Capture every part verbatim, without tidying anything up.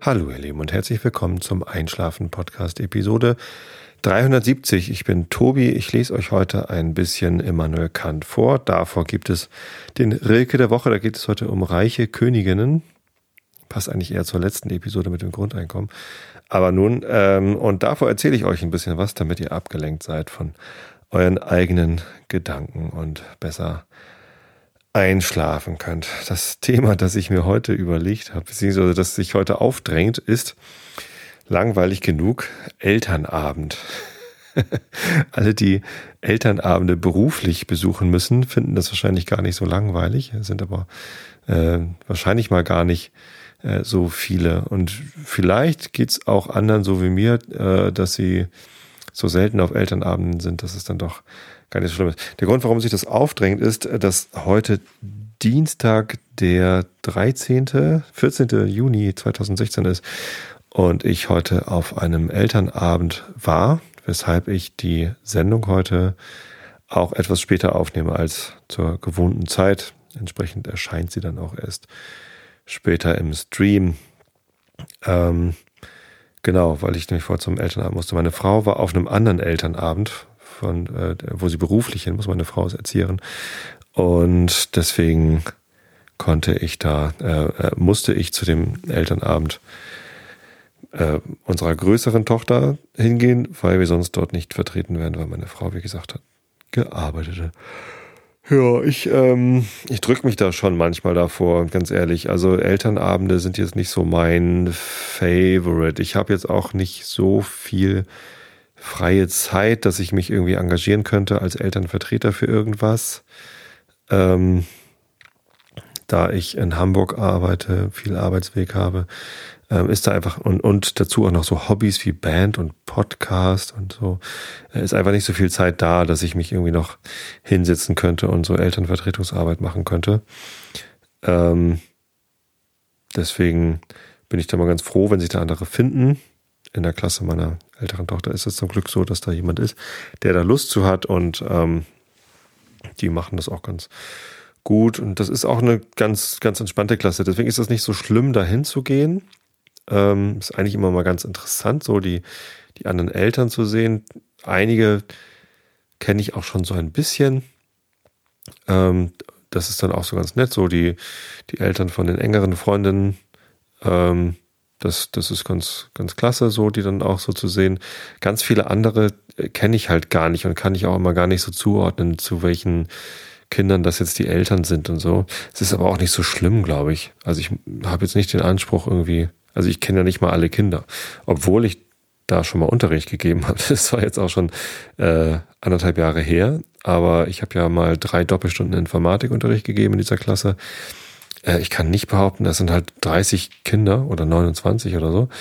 Hallo ihr Lieben und herzlich willkommen zum Einschlafen-Podcast Episode dreihundertsiebzig. Ich bin Tobi, ich lese euch heute ein bisschen Immanuel Kant vor. Davor gibt es den Rilke der Woche, da geht es heute um reiche Königinnen. Passt eigentlich eher zur letzten Episode mit dem Grundeinkommen. Aber nun, ähm, und davor erzähle ich euch ein bisschen was, damit ihr abgelenkt seid von euren eigenen Gedanken und besser einschlafen könnt. Das Thema, das ich mir heute überlegt habe, beziehungsweise das sich heute aufdrängt, ist langweilig genug Elternabend. Alle, die Elternabende beruflich besuchen müssen, finden das wahrscheinlich gar nicht so langweilig, sind aber äh, wahrscheinlich mal gar nicht äh, so viele. Und vielleicht geht's auch anderen so wie mir, äh, dass sie so selten auf Elternabenden sind, dass es dann doch gar nicht so schlimm ist. Der Grund, warum sich das aufdrängt, ist, dass heute Dienstag, der dreizehnten, vierzehnten Juni zweitausendsechzehn ist und ich heute auf einem Elternabend war, weshalb ich die Sendung heute auch etwas später aufnehme als zur gewohnten Zeit. Entsprechend erscheint sie dann auch erst später im Stream. Ähm, genau, weil ich nämlich vor zum Elternabend musste. Meine Frau war auf einem anderen Elternabend, von äh, wo sie beruflich hin muss. Meine Frau ist Erzieherin und deswegen konnte ich da, äh, musste ich zu dem Elternabend äh, unserer größeren Tochter hingehen, weil wir sonst dort nicht vertreten werden, weil meine Frau, wie gesagt, hat gearbeitet. Ja, ich ähm, ich drücke mich da schon manchmal davor, ganz ehrlich. Also Elternabende sind jetzt nicht so mein Favorite. Ich habe jetzt auch nicht so viel freie Zeit, dass ich mich irgendwie engagieren könnte als Elternvertreter für irgendwas. Ähm, da ich in Hamburg arbeite, viel Arbeitsweg habe, ähm, ist da einfach und, und dazu auch noch so Hobbys wie Band und Podcast und so, äh, ist einfach nicht so viel Zeit da, dass ich mich irgendwie noch hinsetzen könnte und so Elternvertretungsarbeit machen könnte. Ähm, deswegen bin ich da mal ganz froh, wenn sich da andere finden. In der Klasse meiner älteren Tochter ist es zum Glück so, dass da jemand ist, der da Lust zu hat und ähm, die machen das auch ganz gut. Und das ist auch eine ganz, ganz entspannte Klasse. Deswegen ist es nicht so schlimm, da hinzugehen. Ähm, ist eigentlich immer mal ganz interessant, so die, die anderen Eltern zu sehen. Einige kenne ich auch schon so ein bisschen. Ähm, das ist dann auch so ganz nett, so die, die Eltern von den engeren Freundinnen. Ähm, Das, das ist ganz, ganz klasse, so die dann auch so zu sehen. Ganz viele andere kenne ich halt gar nicht und kann ich auch immer gar nicht so zuordnen, zu welchen Kindern das jetzt die Eltern sind und so. Es ist aber auch nicht so schlimm, glaube ich. Also ich habe jetzt nicht den Anspruch irgendwie, also ich kenne ja nicht mal alle Kinder, obwohl ich da schon mal Unterricht gegeben habe. Das war jetzt auch schon äh, anderthalb Jahre her, aber ich habe ja mal drei Doppelstunden Informatikunterricht gegeben in dieser Klasse. Ich kann nicht behaupten, das sind halt dreißig Kinder oder neunundzwanzig oder so.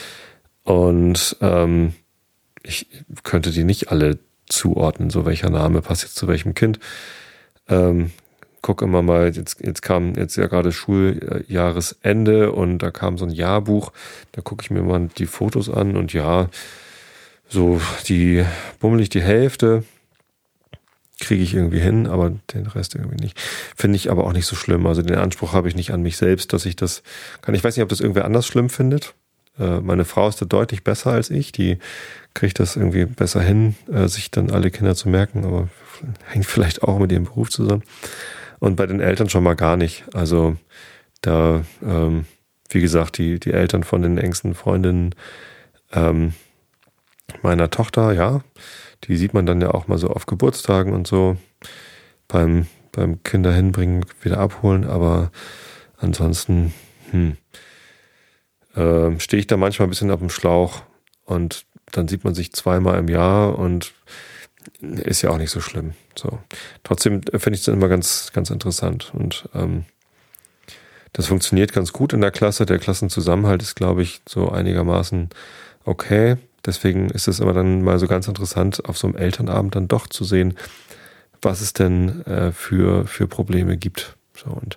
Und ähm, ich könnte die nicht alle zuordnen, so welcher Name passt jetzt zu welchem Kind. Ähm, guck immer mal, jetzt, jetzt kam jetzt ja gerade Schuljahresende und da kam so ein Jahrbuch. Da gucke ich mir mal die Fotos an und ja, so die bummelig die Hälfte kriege ich irgendwie hin, aber den Rest irgendwie nicht. Finde ich aber auch nicht so schlimm. Also den Anspruch habe ich nicht an mich selbst, dass ich das kann. Ich weiß nicht, ob das irgendwer anders schlimm findet. Äh, meine Frau ist da deutlich besser als ich. Die kriegt das irgendwie besser hin, äh, sich dann alle Kinder zu merken, aber hängt vielleicht auch mit ihrem Beruf zusammen. Und bei den Eltern schon mal gar nicht. Also da, ähm, wie gesagt, die, die Eltern von den engsten Freundinnen ähm, meiner Tochter, ja, die sieht man dann ja auch mal so auf Geburtstagen und so beim, beim Kinder hinbringen, wieder abholen. Aber ansonsten hm, äh, stehe ich da manchmal ein bisschen auf dem Schlauch und dann sieht man sich zweimal im Jahr und ist ja auch nicht so schlimm. So. Trotzdem finde ich es dann immer ganz, ganz interessant und ähm, das funktioniert ganz gut in der Klasse. Der Klassenzusammenhalt ist, glaube ich, so einigermaßen okay. Deswegen ist es immer dann mal so ganz interessant, auf so einem Elternabend dann doch zu sehen, was es denn äh, für, für Probleme gibt. So, und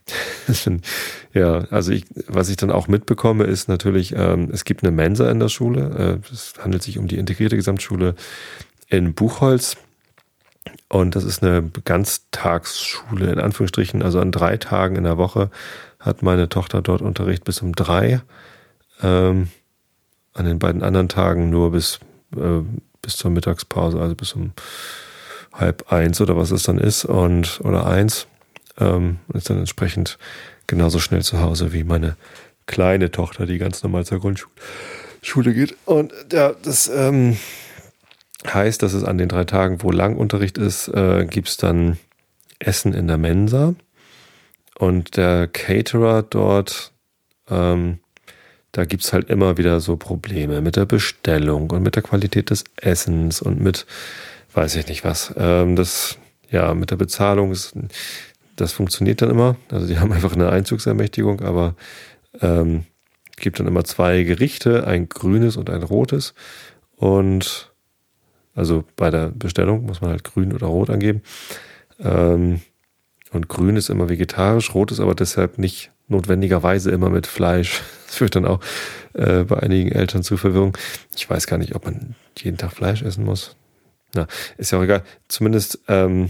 ja, also ich, was ich dann auch mitbekomme, ist natürlich, ähm, es gibt eine Mensa in der Schule. Äh, es handelt sich um die integrierte Gesamtschule in Buchholz. Und das ist eine Ganztagsschule, in Anführungsstrichen. Also an drei Tagen in der Woche hat meine Tochter dort Unterricht bis um drei. Ähm, an den beiden anderen Tagen nur bis, äh, bis zur Mittagspause, also bis um halb eins oder was es dann ist und oder eins. Ähm, und ist dann entsprechend genauso schnell zu Hause wie meine kleine Tochter, die ganz normal zur Grundschule geht. Und ja, das ähm, heißt, dass es an den drei Tagen, wo Langunterricht ist, äh, gibt es dann Essen in der Mensa. Und der Caterer dort, ähm, da gibt es halt immer wieder so Probleme mit der Bestellung und mit der Qualität des Essens und mit, weiß ich nicht was, ähm, das, ja, mit der Bezahlung, ist, das funktioniert dann immer. Also die haben einfach eine Einzugsermächtigung, aber ähm, gibt dann immer zwei Gerichte, ein grünes und ein rotes. Und also bei der Bestellung muss man halt grün oder rot angeben. Ähm, und grün ist immer vegetarisch, rot ist aber deshalb nicht notwendigerweise immer mit Fleisch. Das führt dann auch äh, bei einigen Eltern zu Verwirrung. Ich weiß gar nicht, ob man jeden Tag Fleisch essen muss. Na, ist ja auch egal. Zumindest ähm,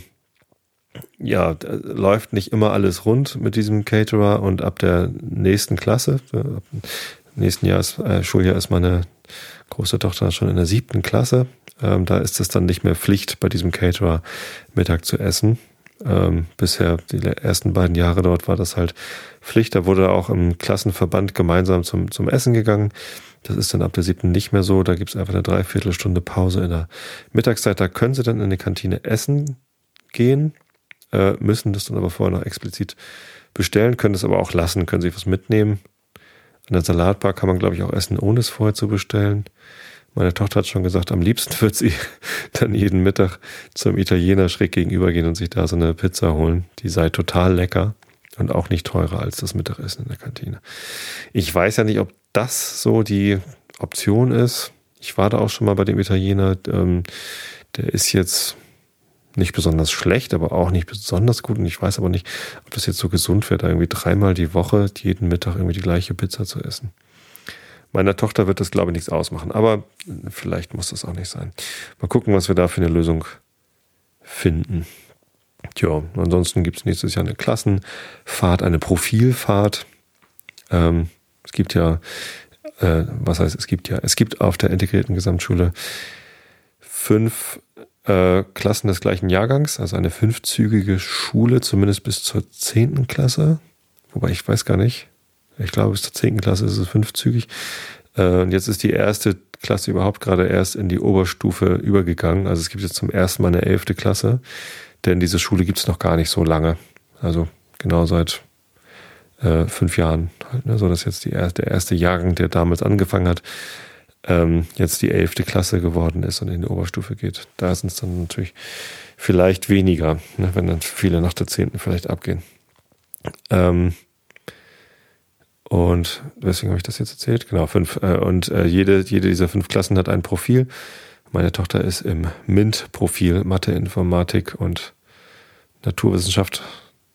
ja, läuft nicht immer alles rund mit diesem Caterer und ab der nächsten Klasse, äh, ab dem nächsten Jahr ist, äh, Schuljahr ist meine große Tochter schon in der siebten Klasse. Ähm, da ist es dann nicht mehr Pflicht, bei diesem Caterer Mittag zu essen. Ähm, bisher, die ersten beiden Jahre dort war das halt Pflicht. Da wurde auch im Klassenverband gemeinsam zum, zum Essen gegangen. Das ist dann ab der siebten nicht mehr so. Da gibt es einfach eine Dreiviertelstunde Pause in der Mittagszeit. Da können sie dann in die Kantine essen gehen, äh, müssen das dann aber vorher noch explizit bestellen, können das aber auch lassen, können sich was mitnehmen. An der Salatbar kann man, glaube ich, auch essen, ohne es vorher zu bestellen. Meine Tochter hat schon gesagt, am liebsten wird sie dann jeden Mittag zum Italiener schräg gegenüber gehen und sich da so eine Pizza holen. Die sei total lecker und auch nicht teurer als das Mittagessen in der Kantine. Ich weiß ja nicht, ob das so die Option ist. Ich war da auch schon mal bei dem Italiener. Ähm, der ist jetzt nicht besonders schlecht, aber auch nicht besonders gut. Und ich weiß aber nicht, ob das jetzt so gesund wäre, da irgendwie dreimal die Woche jeden Mittag irgendwie die gleiche Pizza zu essen. Meiner Tochter wird das, glaube ich, nichts ausmachen. Aber vielleicht muss das auch nicht sein. Mal gucken, was wir da für eine Lösung finden. Tja, ansonsten gibt es nächstes Jahr eine Klassenfahrt, eine Profilfahrt. Ähm, es gibt ja, äh, was heißt es gibt ja, es gibt auf der integrierten Gesamtschule fünf äh, Klassen des gleichen Jahrgangs, also eine fünfzügige Schule, zumindest bis zur zehnten Klasse. Wobei ich weiß gar nicht. Ich glaube, bis zur zehnten Klasse ist es fünfzügig. Äh, und jetzt ist die erste Klasse überhaupt gerade erst in die Oberstufe übergegangen. Also es gibt jetzt zum ersten Mal eine elfte Klasse. Denn diese Schule gibt es noch gar nicht so lange. Also genau seit äh, fünf Jahren. Halt, ne? So dass jetzt die erste, der erste Jahrgang, der damals angefangen hat, ähm, jetzt die elfte Klasse geworden ist und in die Oberstufe geht. Da sind es dann natürlich vielleicht weniger, ne? Wenn dann viele nach der zehnten vielleicht abgehen. Ähm, Und deswegen habe ich das jetzt erzählt. Genau, fünf. Und jede, jede dieser fünf Klassen hat ein Profil. Meine Tochter ist im MINT-Profil Mathe, Informatik und Naturwissenschaft.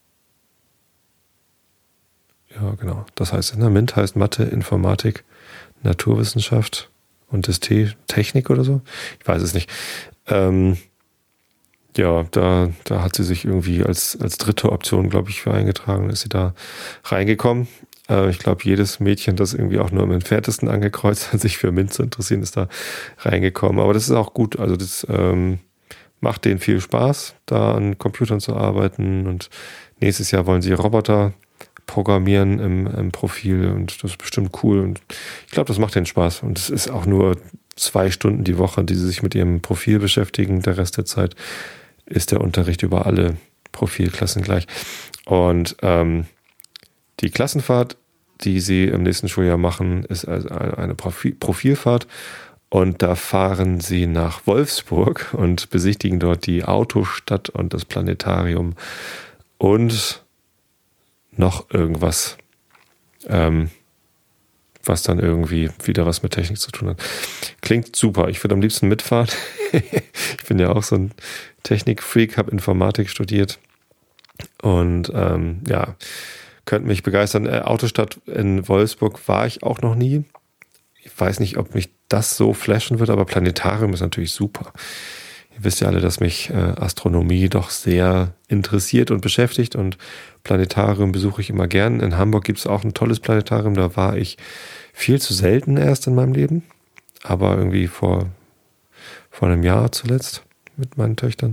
Ja, genau. Das heißt, ne? MINT heißt Mathe, Informatik, Naturwissenschaft und das T Technik oder so. Ich weiß es nicht. Ähm, ja, da, da hat sie sich irgendwie als, als dritte Option, glaube ich, für eingetragen. Ist sie da reingekommen. Ich glaube, jedes Mädchen, das irgendwie auch nur im entferntesten angekreuzt hat, sich für MINT zu interessieren, ist da reingekommen. Aber das ist auch gut. Also das ähm, macht denen viel Spaß, da an Computern zu arbeiten. Und nächstes Jahr wollen sie Roboter programmieren im, im Profil. Und das ist bestimmt cool. Und ich glaube, das macht denen Spaß. Und es ist auch nur zwei Stunden die Woche, die sie sich mit ihrem Profil beschäftigen. Der Rest der Zeit ist der Unterricht über alle Profilklassen gleich. Und ähm, die Klassenfahrt, die sie im nächsten Schuljahr machen, ist also eine Profilfahrt und da fahren sie nach Wolfsburg und besichtigen dort die Autostadt und das Planetarium und noch irgendwas, ähm, was dann irgendwie wieder was mit Technik zu tun hat. Klingt super. Ich würde am liebsten mitfahren. Ich bin ja auch so ein Technikfreak, habe Informatik studiert und ähm, ja, könnte mich begeistern. Äh, Autostadt in Wolfsburg war ich auch noch nie. Ich weiß nicht, ob mich das so flashen wird, aber Planetarium ist natürlich super. Ihr wisst ja alle, dass mich äh, Astronomie doch sehr interessiert und beschäftigt und Planetarium besuche ich immer gern. In Hamburg gibt es auch ein tolles Planetarium, da war ich viel zu selten erst in meinem Leben, aber irgendwie vor, vor einem Jahr zuletzt mit meinen Töchtern.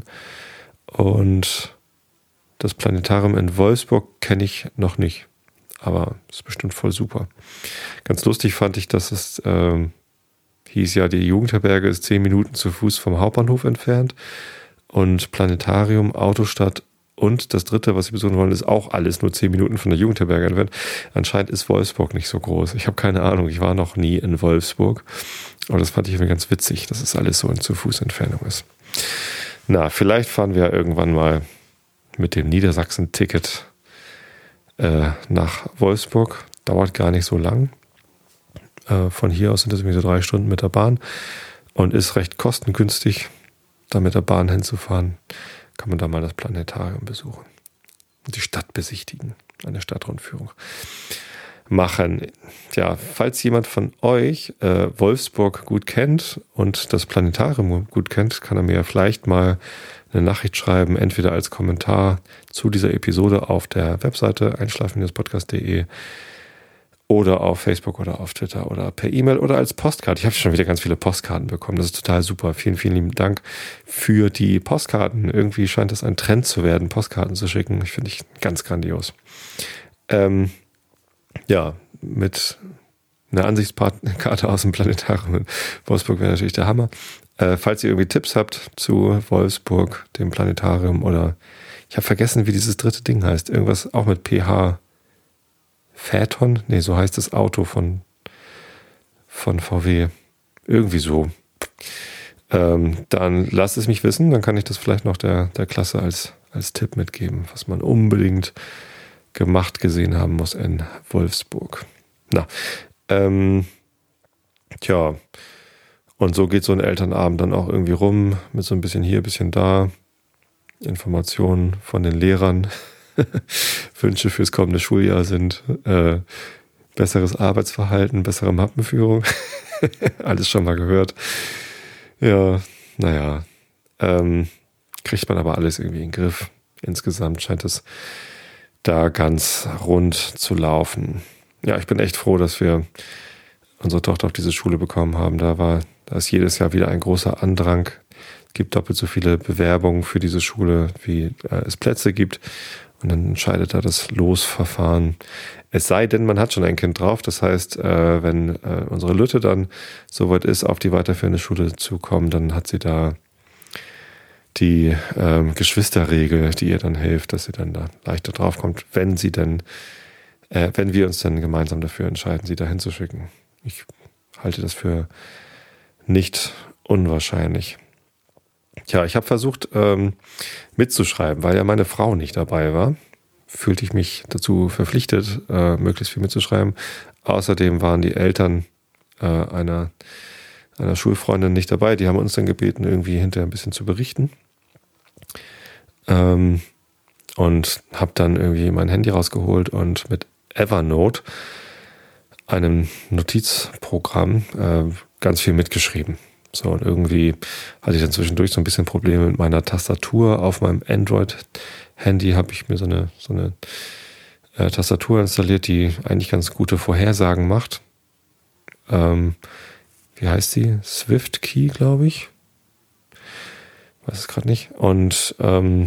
Und das Planetarium in Wolfsburg kenne ich noch nicht, aber es ist bestimmt voll super. Ganz lustig fand ich, dass es ähm, hieß ja, die Jugendherberge ist zehn Minuten zu Fuß vom Hauptbahnhof entfernt und Planetarium, Autostadt und das dritte, was sie besuchen wollen, ist auch alles nur zehn Minuten von der Jugendherberge entfernt. Anscheinend ist Wolfsburg nicht so groß. Ich habe keine Ahnung, ich war noch nie in Wolfsburg, aber das fand ich irgendwie ganz witzig, dass es alles so in zu Fuß Entfernung ist. Na, vielleicht fahren wir irgendwann mal mit dem Niedersachsen-Ticket äh, nach Wolfsburg. Dauert gar nicht so lang. Von hier aus sind das irgendwie so drei Stunden mit der Bahn und ist recht kostengünstig, da mit der Bahn hinzufahren. Kann man da mal das Planetarium besuchen und die Stadt besichtigen, eine Stadtrundführung machen. Ja, falls jemand von euch äh, Wolfsburg gut kennt und das Planetarium gut kennt, kann er mir vielleicht mal eine Nachricht schreiben, entweder als Kommentar zu dieser Episode auf der Webseite einschlafen podcast punkt de oder auf Facebook oder auf Twitter oder per E-Mail oder als Postkarte. Ich habe schon wieder ganz viele Postkarten bekommen. Das ist total super. Vielen, vielen lieben Dank für die Postkarten. Irgendwie scheint das ein Trend zu werden, Postkarten zu schicken. Ich finde ich ganz grandios. Ähm, ja, mit einer Ansichtskarte aus dem Planetarium in Wolfsburg wäre natürlich der Hammer. Äh, falls ihr irgendwie Tipps habt zu Wolfsburg, dem Planetarium oder ich habe vergessen, wie dieses dritte Ding heißt. Irgendwas auch mit P H. Phaeton? Nee, so heißt das Auto von, von V W. Irgendwie so. Ähm, dann lasst es mich wissen, dann kann ich das vielleicht noch der, der Klasse als, als Tipp mitgeben, was man unbedingt gemacht gesehen haben muss in Wolfsburg. Na, ähm, tja, und so geht so ein Elternabend dann auch irgendwie rum, mit so ein bisschen hier, ein bisschen da, Informationen von den Lehrern, Wünsche fürs kommende Schuljahr sind äh, besseres Arbeitsverhalten, bessere Mappenführung. Alles schon mal gehört. Ja, naja. Ähm, kriegt man aber alles irgendwie in den Griff. Insgesamt scheint es da ganz rund zu laufen. Ja, ich bin echt froh, dass wir unsere Tochter auf diese Schule bekommen haben. Da war, da ist jedes Jahr wieder ein großer Andrang. Es gibt doppelt so viele Bewerbungen für diese Schule, wie äh, es Plätze gibt. Und dann entscheidet da das Losverfahren. Es sei denn, man hat schon ein Kind drauf. Das heißt, äh, wenn äh, unsere Lütte dann soweit ist, auf die weiterführende Schule zu kommen, dann hat sie da die ähm, Geschwisterregel, die ihr dann hilft, dass sie dann da leichter draufkommt, wenn sie denn, äh, wenn wir uns dann gemeinsam dafür entscheiden, sie da hinzuschicken. Ich halte das für nicht unwahrscheinlich. Tja, ich habe versucht ähm, mitzuschreiben, weil ja meine Frau nicht dabei war. Fühlte ich mich dazu verpflichtet, äh, möglichst viel mitzuschreiben. Außerdem waren die Eltern äh, einer, einer Schulfreundin nicht dabei. Die haben uns dann gebeten, irgendwie hinterher ein bisschen zu berichten. Ähm, und habe dann irgendwie mein Handy rausgeholt und mit Evernote, einem Notizprogramm, äh, ganz viel mitgeschrieben. So, und irgendwie hatte ich dann zwischendurch so ein bisschen Probleme mit meiner Tastatur. Auf meinem Android-Handy habe ich mir so eine, so eine äh, Tastatur installiert, die eigentlich ganz gute Vorhersagen macht. Ähm, wie heißt sie? Swift Key, glaube ich. Weiß es gerade nicht. Und ähm,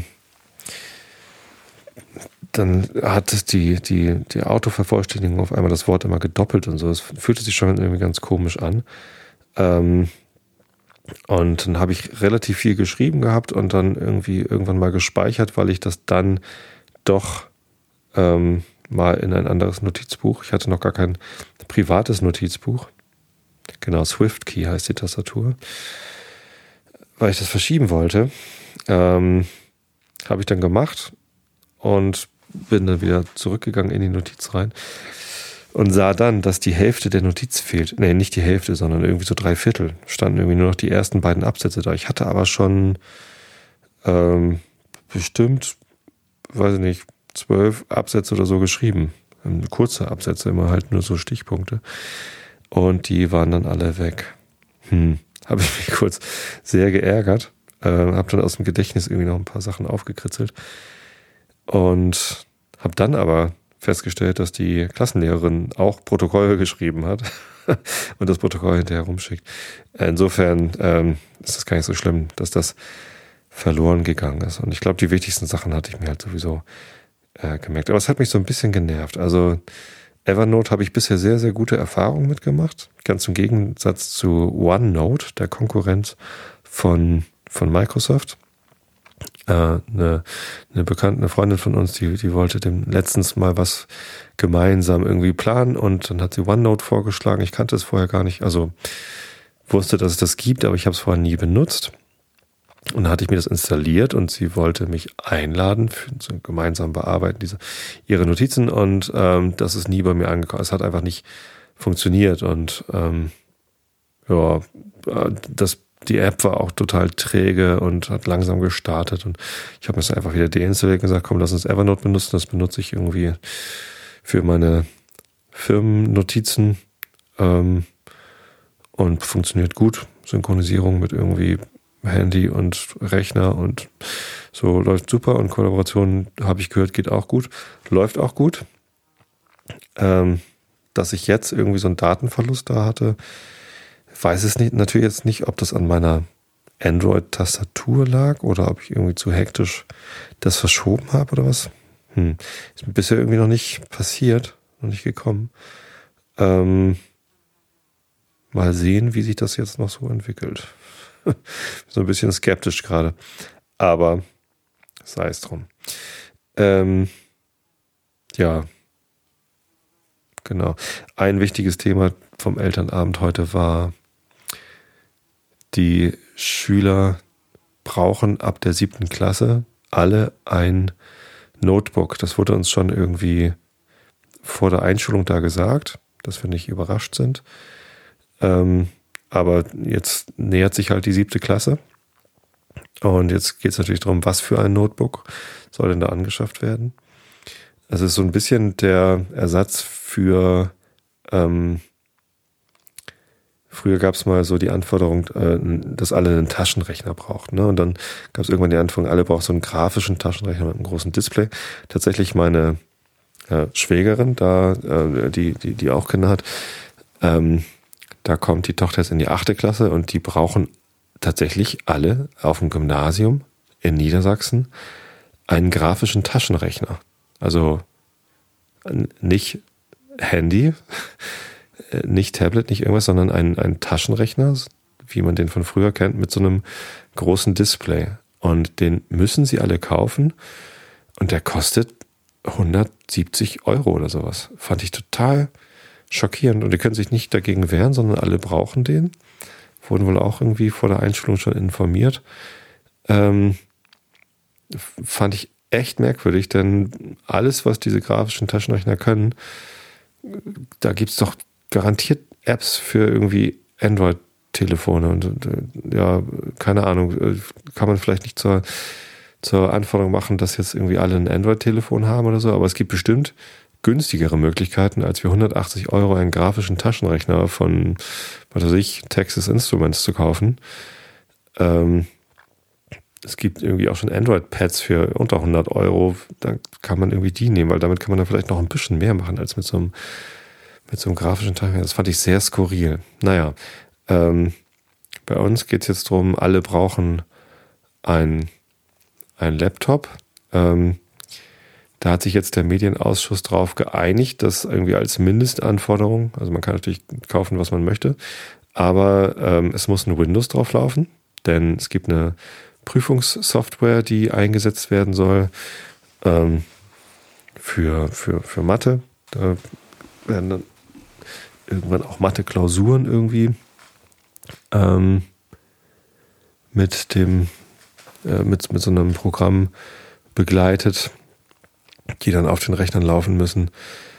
dann hat die, die, die Autovervollständigung auf einmal das Wort immer gedoppelt und so. Es fühlte sich schon irgendwie ganz komisch an. Ähm, Und dann habe ich relativ viel geschrieben gehabt und dann irgendwie irgendwann mal gespeichert, weil ich das dann doch ähm, mal in ein anderes Notizbuch, ich hatte noch gar kein privates Notizbuch, genau, Swift Key heißt die Tastatur, weil ich das verschieben wollte, ähm, habe ich dann gemacht und bin dann wieder zurückgegangen in die Notiz rein. Und sah dann, dass die Hälfte der Notiz fehlt. Nee, nicht die Hälfte, sondern irgendwie so drei Viertel. Standen irgendwie nur noch die ersten beiden Absätze da. Ich hatte aber schon ähm, bestimmt, weiß ich nicht, zwölf Absätze oder so geschrieben. Kurze Absätze, immer halt nur so Stichpunkte. Und die waren dann alle weg. Hm, habe ich mich kurz sehr geärgert. Äh, habe dann aus dem Gedächtnis irgendwie noch ein paar Sachen aufgekritzelt und habe dann aber festgestellt, dass die Klassenlehrerin auch Protokoll geschrieben hat und das Protokoll hinterher rumschickt. Insofern ähm, ist das gar nicht so schlimm, dass das verloren gegangen ist. Und ich glaube, die wichtigsten Sachen hatte ich mir halt sowieso äh, gemerkt. Aber es hat mich so ein bisschen genervt. Also Evernote habe ich bisher sehr, sehr gute Erfahrungen mitgemacht. Ganz im Gegensatz zu OneNote, der Konkurrent von, von Microsoft. Äh, eine, eine Bekannte, eine Freundin von uns, die, die wollte dem letztens mal was gemeinsam irgendwie planen und dann hat sie OneNote vorgeschlagen. Ich kannte es vorher gar nicht, also wusste, dass es das gibt, aber ich habe es vorher nie benutzt. Und dann hatte ich mir das installiert und sie wollte mich einladen für so gemeinsam bearbeiten diese ihre Notizen und ähm, das ist nie bei mir angekommen. Es hat einfach nicht funktioniert und ähm, ja, das die App war auch total träge und hat langsam gestartet und ich habe mir das einfach wieder deinstalliert und gesagt, komm, lass uns Evernote benutzen. Das benutze ich irgendwie für meine Firmennotizen ähm, und funktioniert gut. Synchronisierung mit irgendwie Handy und Rechner und so läuft super und Kollaboration, habe ich gehört, geht auch gut. Läuft auch gut. Ähm, dass ich jetzt irgendwie so einen Datenverlust da hatte, weiß es nicht, natürlich jetzt nicht, ob das an meiner Android-Tastatur lag oder ob ich irgendwie zu hektisch das verschoben habe oder was. Hm. Ist mir bisher irgendwie noch nicht passiert, noch nicht gekommen. Ähm, mal sehen, wie sich das jetzt noch so entwickelt. So ein bisschen skeptisch gerade. Aber sei es drum. Ähm, ja, genau. Ein wichtiges Thema vom Elternabend heute war, die Schüler brauchen ab der siebten Klasse alle ein Notebook. Das wurde uns schon irgendwie vor der Einschulung da gesagt, dass wir nicht überrascht sind. Ähm, aber jetzt nähert sich halt die siebte Klasse. Und jetzt geht es natürlich darum, was für ein Notebook soll denn da angeschafft werden. Das ist so ein bisschen der Ersatz für ähm, früher gab es mal so die Anforderung, äh, dass alle einen Taschenrechner brauchten. Ne? Und dann gab es irgendwann die Anforderung, alle brauchen so einen grafischen Taschenrechner mit einem großen Display. Tatsächlich meine äh, Schwägerin, da äh, die, die, die auch Kinder hat, ähm, da kommt die Tochter jetzt in die achte Klasse und die brauchen tatsächlich alle auf dem Gymnasium in Niedersachsen einen grafischen Taschenrechner. Also nicht Handy, nicht Tablet, nicht irgendwas, sondern ein, ein Taschenrechner, wie man den von früher kennt, mit so einem großen Display. Und den müssen sie alle kaufen und der kostet hundertsiebzig Euro oder sowas. Fand ich total schockierend und die können sich nicht dagegen wehren, sondern alle brauchen den. Wurden wohl auch irgendwie vor der Einschulung schon informiert. Ähm, fand ich echt merkwürdig, denn alles, was diese grafischen Taschenrechner können, da gibt es doch garantiert Apps für irgendwie Android-Telefone und, und ja, keine Ahnung, kann man vielleicht nicht zur, zur Anforderung machen, dass jetzt irgendwie alle ein Android-Telefon haben oder so, aber es gibt bestimmt günstigere Möglichkeiten, als für hundertachtzig Euro einen grafischen Taschenrechner von, was weiß ich, Texas Instruments zu kaufen. Ähm, es gibt irgendwie auch schon Android-Pads für unter hundert Euro, da kann man irgendwie die nehmen, weil damit kann man dann vielleicht noch ein bisschen mehr machen als mit so einem, mit so einem grafischen Taschenrechner. Das fand ich sehr skurril. Naja, ähm, bei uns geht es jetzt darum, alle brauchen ein, ein Laptop. Ähm, Da hat sich jetzt der Medienausschuss drauf geeinigt, dass irgendwie als Mindestanforderung, also man kann natürlich kaufen, was man möchte, aber ähm, es muss ein Windows drauf laufen, denn es gibt eine Prüfungssoftware, die eingesetzt werden soll ähm, für, für, für Mathe. Da werden dann irgendwann auch Mathe-Klausuren irgendwie ähm, mit dem äh, mit, mit so einem Programm begleitet, die dann auf den Rechnern laufen müssen.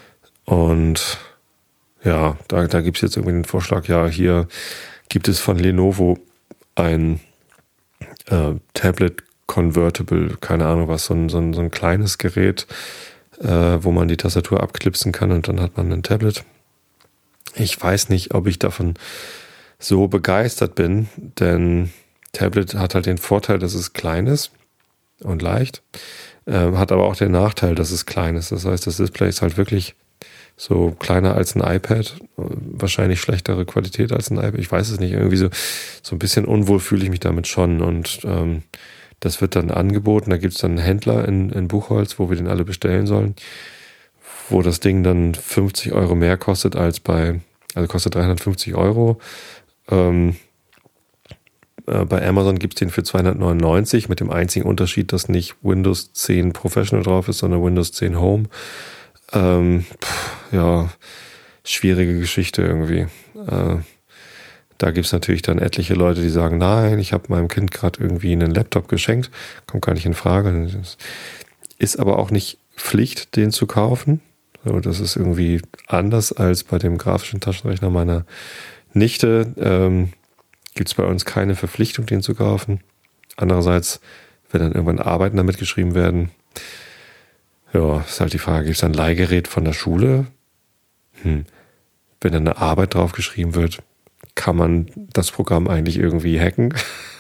Und ja, da, da gibt es jetzt irgendwie den Vorschlag, ja, hier gibt es von Lenovo ein äh, Tablet Convertible, keine Ahnung was, so ein, so ein, so ein kleines Gerät, äh, wo man die Tastatur abklipsen kann und dann hat man ein Tablet. Ich weiß nicht, ob ich davon so begeistert bin, denn Tablet hat halt den Vorteil, dass es klein ist und leicht, äh, hat aber auch den Nachteil, dass es klein ist. Das heißt, das Display ist halt wirklich so kleiner als ein iPad, wahrscheinlich schlechtere Qualität als ein iPad, ich weiß es nicht, irgendwie so, so ein bisschen unwohl fühle ich mich damit schon und ähm, das wird dann angeboten, da gibt es dann einen Händler in, in Buchholz, wo wir den alle bestellen sollen, wo das Ding dann fünfzig Euro mehr kostet als bei, also kostet dreihundertfünfzig Euro, ähm, äh, bei Amazon gibt es den für zweihundertneunundneunzig mit dem einzigen Unterschied, dass nicht Windows zehn Professional drauf ist, sondern Windows zehn Home. Ähm, pff, ja, schwierige Geschichte irgendwie. Äh, da gibt's natürlich dann etliche Leute, die sagen, nein, ich habe meinem Kind gerade irgendwie einen Laptop geschenkt, kommt gar nicht in Frage. Das ist aber auch nicht Pflicht, den zu kaufen. So, das ist irgendwie anders als bei dem grafischen Taschenrechner meiner Nichte. Ähm, gibt's bei uns keine Verpflichtung, den zu kaufen. Andererseits, wenn dann irgendwann Arbeiten damit geschrieben werden, ja, ist halt die Frage, gibt es ein Leihgerät von der Schule? Hm. Wenn dann eine Arbeit drauf geschrieben wird, kann man das Programm eigentlich irgendwie hacken,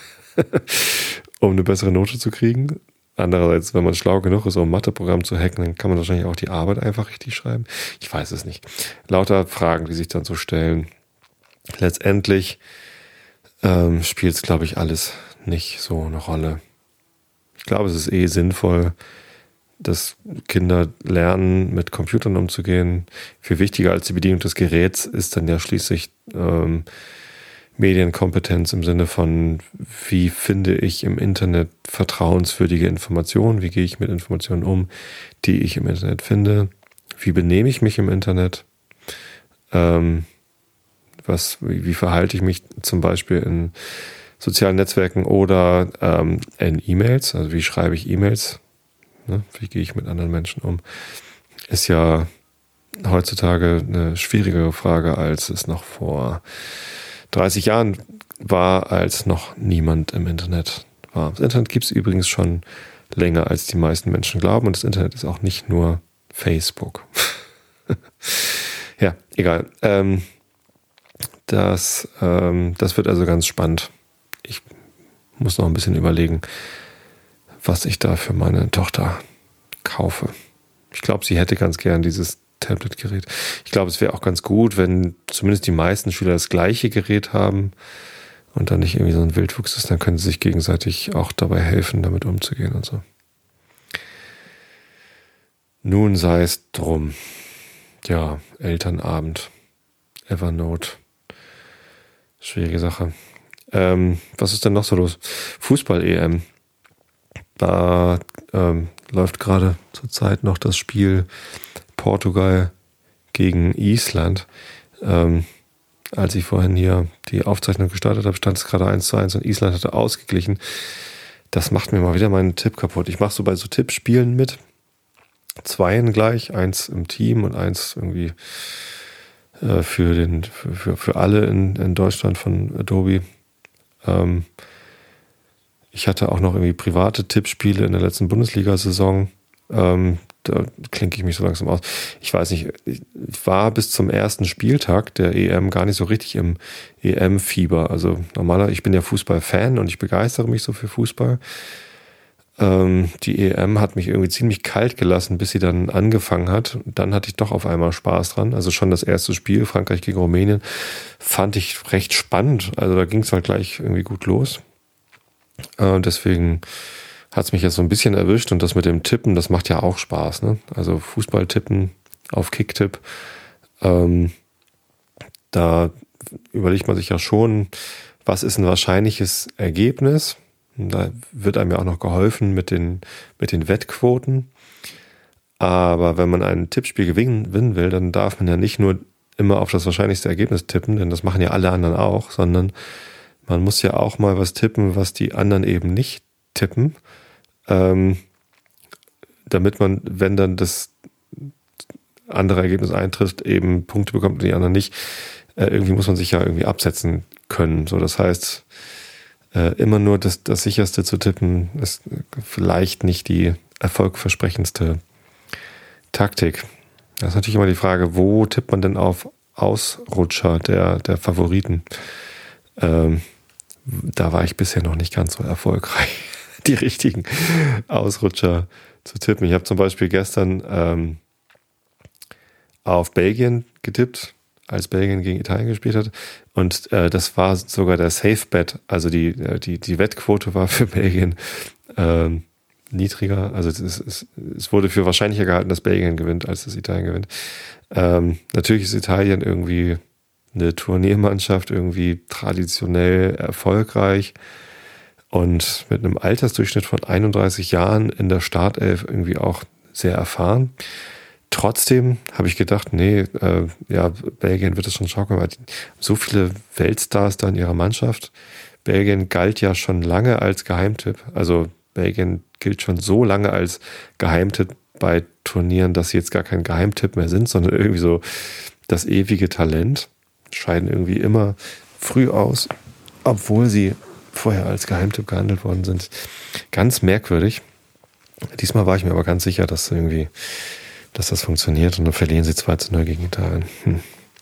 um eine bessere Note zu kriegen. Andererseits, wenn man schlau genug ist, um ein Matheprogramm zu hacken, dann kann man wahrscheinlich auch die Arbeit einfach richtig schreiben. Ich weiß es nicht. Lauter Fragen, die sich dann so stellen. Letztendlich ähm, spielt es, glaube ich, alles nicht so eine Rolle. Ich glaube, es ist eh sinnvoll, dass Kinder lernen, mit Computern umzugehen. Viel wichtiger als die Bedienung des Geräts ist dann ja schließlich ähm, Medienkompetenz im Sinne von, wie finde ich im Internet vertrauenswürdige Informationen, wie gehe ich mit Informationen um, die ich im Internet finde, wie benehme ich mich im Internet, ähm, was, wie, wie verhalte ich mich zum Beispiel in sozialen Netzwerken oder ähm, in E-Mails, also wie schreibe ich E-Mails, ne? Wie gehe ich mit anderen Menschen um, ist ja heutzutage eine schwierigere Frage, als es noch vor dreißig Jahren war, als noch niemand im Internet war. Das Internet gibt es übrigens schon länger, als die meisten Menschen glauben, und das Internet ist auch nicht nur Facebook. Ja, egal. Ähm, das, ähm, das wird also ganz spannend. Ich muss noch ein bisschen überlegen, was ich da für meine Tochter kaufe. Ich glaube, sie hätte ganz gern dieses Tablet-Gerät. Ich glaube, es wäre auch ganz gut, wenn zumindest die meisten Schüler das gleiche Gerät haben und dann nicht irgendwie so ein Wildwuchs ist, dann können sie sich gegenseitig auch dabei helfen, damit umzugehen und so. Nun sei es drum. Ja, Elternabend, Evernote, schwierige Sache. Ähm, was ist denn noch so los? Fußball-E M. Da ähm, läuft gerade zurzeit noch das Spiel Portugal gegen Island. Ähm, als ich vorhin hier die Aufzeichnung gestartet habe, stand es gerade eins zu eins und Island hatte ausgeglichen. Das macht mir mal wieder meinen Tipp kaputt. Ich mache so bei so Tippspielen mit. Zweien gleich, eins im Team und eins irgendwie äh, für, den, für, für alle in, in Deutschland von Adobe. Ähm, ich hatte auch noch irgendwie private Tippspiele in der letzten Bundesliga-Saison. Ähm, da klinke ich mich so langsam aus. Ich weiß nicht, ich war bis zum ersten Spieltag der E M gar nicht so richtig im E M-Fieber. Also normaler, ich bin ja Fußball-Fan und ich begeistere mich so für Fußball. Ähm, die E M hat mich irgendwie ziemlich kalt gelassen, bis sie dann angefangen hat. Dann hatte ich doch auf einmal Spaß dran. Also schon das erste Spiel, Frankreich gegen Rumänien, fand ich recht spannend. Also da ging es halt gleich irgendwie gut los. Äh, deswegen hat es mich jetzt so ein bisschen erwischt, und das mit dem Tippen, das macht ja auch Spaß, ne? Also Fußball tippen auf Kicktipp, ähm, da überlegt man sich ja schon, was ist ein wahrscheinliches Ergebnis. Und da wird einem ja auch noch geholfen mit den, mit den Wettquoten. Aber wenn man ein Tippspiel gewinnen will, dann darf man ja nicht nur immer auf das wahrscheinlichste Ergebnis tippen, denn das machen ja alle anderen auch, sondern man muss ja auch mal was tippen, was die anderen eben nicht tippen, ähm, damit man, wenn dann das andere Ergebnis eintrifft, eben Punkte bekommt und die anderen nicht. Äh, irgendwie muss man sich ja irgendwie absetzen können. So, das heißt, äh, immer nur das, das sicherste zu tippen, ist vielleicht nicht die erfolgversprechendste Taktik. Das ist natürlich immer die Frage, wo tippt man denn auf Ausrutscher der, der Favoriten? Ähm, da war ich bisher noch nicht ganz so erfolgreich, die richtigen Ausrutscher zu tippen. Ich habe zum Beispiel gestern ähm, auf Belgien getippt, als Belgien gegen Italien gespielt hat. Und äh, das war sogar der Safe-Bet, also die, die, die Wettquote war für Belgien ähm, niedriger. Also es, es, es wurde für wahrscheinlicher gehalten, dass Belgien gewinnt, als dass Italien gewinnt. Ähm, natürlich ist Italien irgendwie eine Turniermannschaft, irgendwie traditionell erfolgreich und mit einem Altersdurchschnitt von einunddreißig Jahren in der Startelf irgendwie auch sehr erfahren. Trotzdem habe ich gedacht, nee, äh, ja, Belgien wird es schon schaukeln, weil so viele Weltstars da in ihrer Mannschaft. Belgien galt ja schon lange als Geheimtipp. Also Belgien gilt schon so lange als Geheimtipp bei Turnieren, dass sie jetzt gar kein Geheimtipp mehr sind, sondern irgendwie so das ewige Talent. Scheiden irgendwie immer früh aus, obwohl sie vorher als Geheimtipp gehandelt worden sind. Ganz merkwürdig. Diesmal war ich mir aber ganz sicher, dass irgendwie, dass das funktioniert und dann verlieren sie zwei zu null gegen Italien. Hm.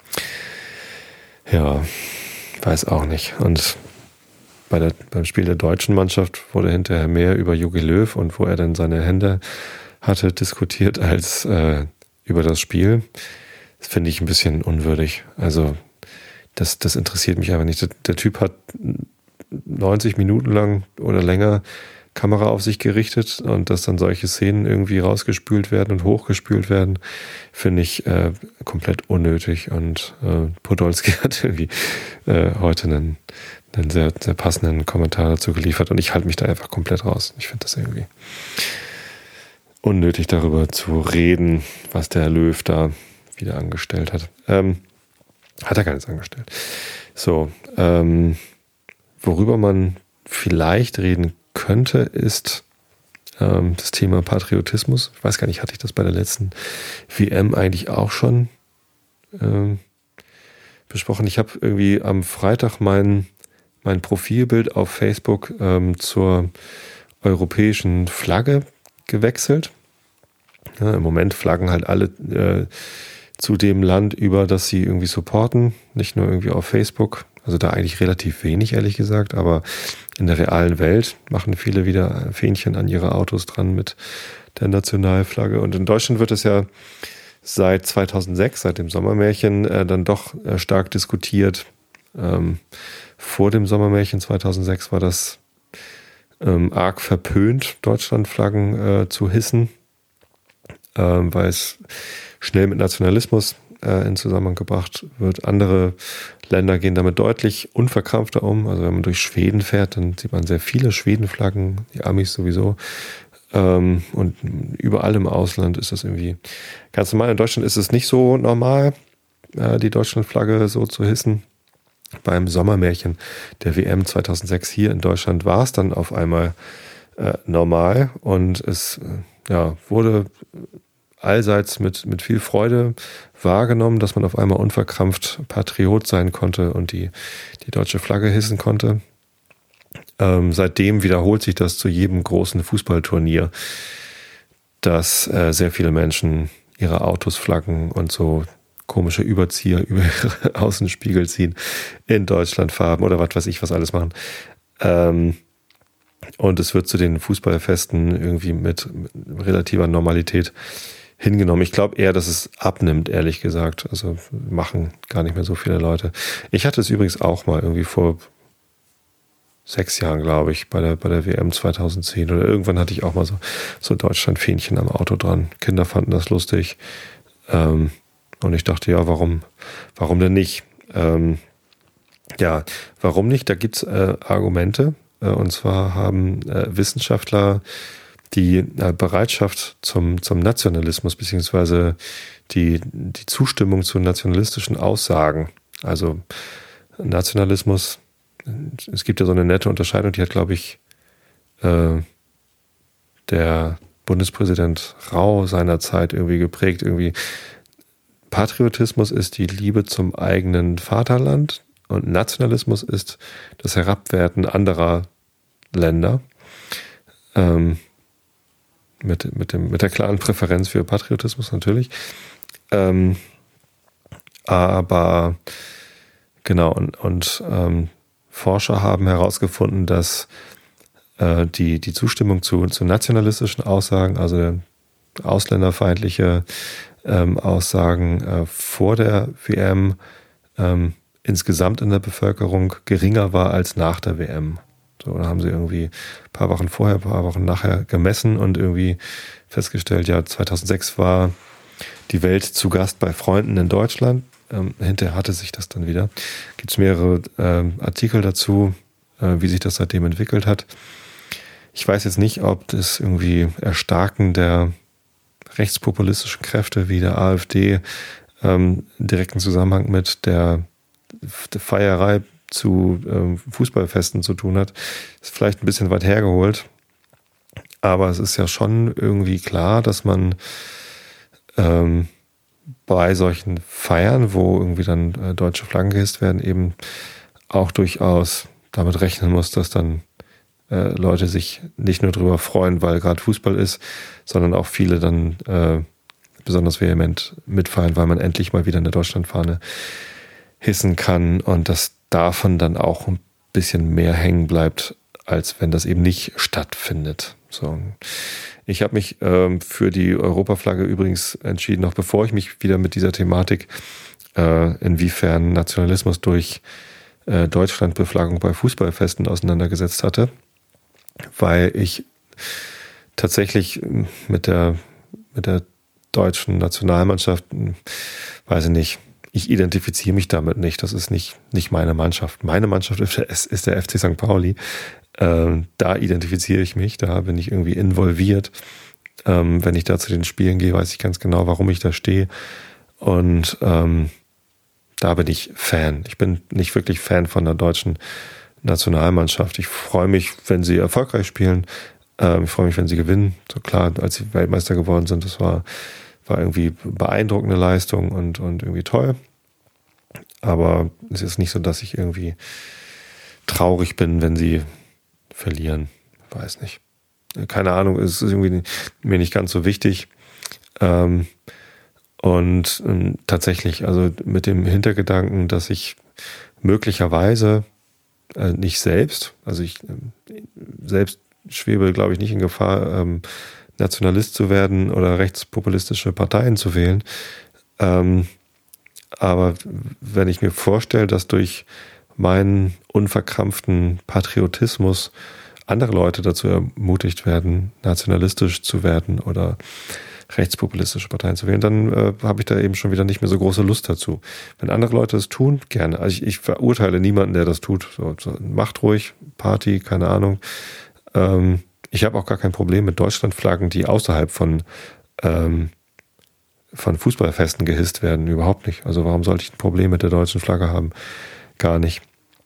Ja, weiß auch nicht. Und bei der, beim Spiel der deutschen Mannschaft wurde hinterher mehr über Jogi Löw und wo er dann seine Hände hatte diskutiert als äh, über das Spiel. Das finde ich ein bisschen unwürdig. Also das, das interessiert mich einfach nicht. Der, der Typ hat neunzig Minuten lang oder länger Kamera auf sich gerichtet und dass dann solche Szenen irgendwie rausgespült werden und hochgespült werden, finde ich äh, komplett unnötig. Und äh, Podolski hat irgendwie äh, heute einen, einen sehr, sehr passenden Kommentar dazu geliefert und ich halte mich da einfach komplett raus. Ich finde das irgendwie unnötig, darüber zu reden, was der Löw da wieder angestellt hat. Ähm, hat er gar nichts angestellt. So, ähm, worüber man vielleicht reden könnte, ist ähm, das Thema Patriotismus. Ich weiß gar nicht, hatte ich das bei der letzten W M eigentlich auch schon ähm, besprochen? Ich habe irgendwie am Freitag mein, mein Profilbild auf Facebook ähm, zur europäischen Flagge gewechselt. Ja, im Moment flaggen halt alle äh, zu dem Land über, das sie irgendwie supporten, nicht nur irgendwie auf Facebook, also da eigentlich relativ wenig, ehrlich gesagt, aber in der realen Welt machen viele wieder Fähnchen an ihre Autos dran mit der Nationalflagge und in Deutschland wird es ja seit zweitausendsechs, seit dem Sommermärchen, äh, dann doch äh, stark diskutiert. Ähm, vor dem Sommermärchen zweitausendsechs war das ähm, arg verpönt, Deutschlandflaggen äh, zu hissen, ähm, weil es schnell mit Nationalismus äh, in Zusammenhang gebracht wird. Andere Länder gehen damit deutlich unverkrampfter um. Also wenn man durch Schweden fährt, dann sieht man sehr viele Schwedenflaggen, die Amis sowieso. Ähm, und überall im Ausland ist das irgendwie ganz normal. In Deutschland ist es nicht so normal, äh, die Deutschlandflagge so zu hissen. Beim Sommermärchen der W M zweitausendsechs hier in Deutschland war es dann auf einmal äh, normal und es äh, ja, wurde allseits mit, mit viel Freude wahrgenommen, dass man auf einmal unverkrampft Patriot sein konnte und die, die deutsche Flagge hissen konnte. Ähm, seitdem wiederholt sich das zu jedem großen Fußballturnier, dass äh, sehr viele Menschen ihre Autos flaggen und so komische Überzieher über ihre Außenspiegel ziehen in Deutschlandfarben oder was weiß ich, was alles machen. Ähm, und es wird zu den Fußballfesten irgendwie mit, mit relativer Normalität hingenommen. Ich glaube eher, dass es abnimmt, ehrlich gesagt. Also machen gar nicht mehr so viele Leute. Ich hatte es übrigens auch mal irgendwie vor sechs Jahren, glaube ich, bei der, bei der W M zweitausendzehn oder irgendwann hatte ich auch mal so, so Deutschlandfähnchen am Auto dran. Kinder fanden das lustig. Ähm, und ich dachte, ja, warum, warum denn nicht? Ähm, ja, warum nicht? Da gibt's äh, Argumente. Äh, und zwar haben äh, Wissenschaftler die äh, Bereitschaft zum, zum Nationalismus beziehungsweise die, die Zustimmung zu nationalistischen Aussagen. Also Nationalismus, es gibt ja so eine nette Unterscheidung, die hat, glaube ich, äh, der Bundespräsident Rau seinerzeit irgendwie geprägt. Irgendwie Patriotismus ist die Liebe zum eigenen Vaterland und Nationalismus ist das Herabwerten anderer Länder. Ähm, mit, mit, dem, mit der klaren Präferenz für Patriotismus natürlich. Ähm, aber genau, und, und ähm, Forscher haben herausgefunden, dass äh, die, die Zustimmung zu, zu nationalistischen Aussagen, also ausländerfeindliche ähm, Aussagen äh, vor der W M ähm, insgesamt in der Bevölkerung geringer war als nach der W M. So, da haben sie irgendwie ein paar Wochen vorher, ein paar Wochen nachher gemessen und irgendwie festgestellt, ja, zweitausendsechs war die Welt zu Gast bei Freunden in Deutschland. Ähm, hinterher hatte sich das dann wieder. Gibt es mehrere ähm, Artikel dazu, äh, wie sich das seitdem entwickelt hat. Ich weiß jetzt nicht, ob das irgendwie Erstarken der rechtspopulistischen Kräfte wie der AfD ähm, direkten Zusammenhang mit der, der Feierei zu ähm, Fußballfesten zu tun hat. Ist vielleicht ein bisschen weit hergeholt, aber es ist ja schon irgendwie klar, dass man ähm, bei solchen Feiern, wo irgendwie dann äh, deutsche Flaggen gehisst werden, eben auch durchaus damit rechnen muss, dass dann äh, Leute sich nicht nur drüber freuen, weil gerade Fußball ist, sondern auch viele dann äh, besonders vehement mitfeiern, weil man endlich mal wieder eine Deutschlandfahne hissen kann und dass davon dann auch ein bisschen mehr hängen bleibt, als wenn das eben nicht stattfindet. So. Ich habe mich ähm, für die Europaflagge übrigens entschieden, noch bevor ich mich wieder mit dieser Thematik, äh, inwiefern Nationalismus durch äh, Deutschlandbeflaggung bei Fußballfesten auseinandergesetzt hatte, weil ich tatsächlich mit der, mit der deutschen Nationalmannschaft, weiß ich nicht, ich identifiziere mich damit nicht. Das ist nicht, nicht meine Mannschaft. Meine Mannschaft ist der F C Sankt Pauli. Ähm, da identifiziere ich mich, da bin ich irgendwie involviert. Ähm, wenn ich da zu den Spielen gehe, weiß ich ganz genau, warum ich da stehe. Und ähm, da bin ich Fan. Ich bin nicht wirklich Fan von der deutschen Nationalmannschaft. Ich freue mich, wenn sie erfolgreich spielen. Ähm, ich freue mich, wenn sie gewinnen. So klar, als sie Weltmeister geworden sind, das war, war irgendwie beeindruckende Leistung und, und irgendwie toll. Aber es ist nicht so, dass ich irgendwie traurig bin, wenn sie verlieren. Weiß nicht. Keine Ahnung, es ist irgendwie mir nicht ganz so wichtig. Ähm, und ähm, tatsächlich, also mit dem Hintergedanken, dass ich möglicherweise äh, nicht selbst, also ich äh, selbst schwebe, glaube ich, nicht in Gefahr, ähm, Nationalist zu werden oder rechtspopulistische Parteien zu wählen. Ähm, aber wenn ich mir vorstelle, dass durch meinen unverkrampften Patriotismus andere Leute dazu ermutigt werden, nationalistisch zu werden oder rechtspopulistische Parteien zu wählen, dann äh, habe ich da eben schon wieder nicht mehr so große Lust dazu. Wenn andere Leute das tun, gerne. Also ich, ich verurteile niemanden, der das tut. So, so, macht ruhig, Party, keine Ahnung. Ähm, ich habe auch gar kein Problem mit Deutschlandflaggen, die außerhalb von ähm, von Fußballfesten gehisst werden. Überhaupt nicht. Also warum sollte ich ein Problem mit der deutschen Flagge haben? Gar nicht.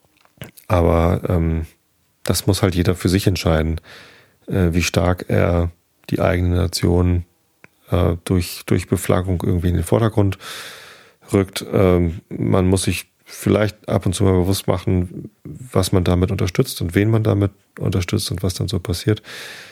Aber ähm, das muss halt jeder für sich entscheiden, äh, wie stark er die eigene Nation äh, durch, durch Beflaggung irgendwie in den Vordergrund rückt. Ähm, man muss sich vielleicht ab und zu mal bewusst machen, was man damit unterstützt und wen man damit unterstützt und was dann so passiert.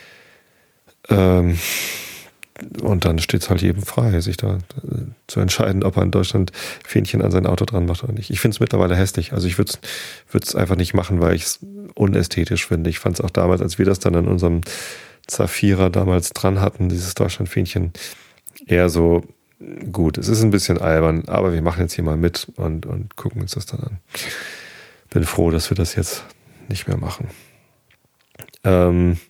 Ähm, und dann steht es halt jedem frei, sich da äh, zu entscheiden, ob er in Deutschland Fähnchen an sein Auto dran macht oder nicht. Ich finde es mittlerweile hässlich. Also ich würde es einfach nicht machen, weil ich es unästhetisch finde. Ich fand es auch damals, als wir das dann an unserem Zafira damals dran hatten, dieses Deutschlandfähnchen, eher so, gut, es ist ein bisschen albern, aber wir machen jetzt hier mal mit und, und gucken uns das dann an. Bin froh, dass wir das jetzt nicht mehr machen. Ähm,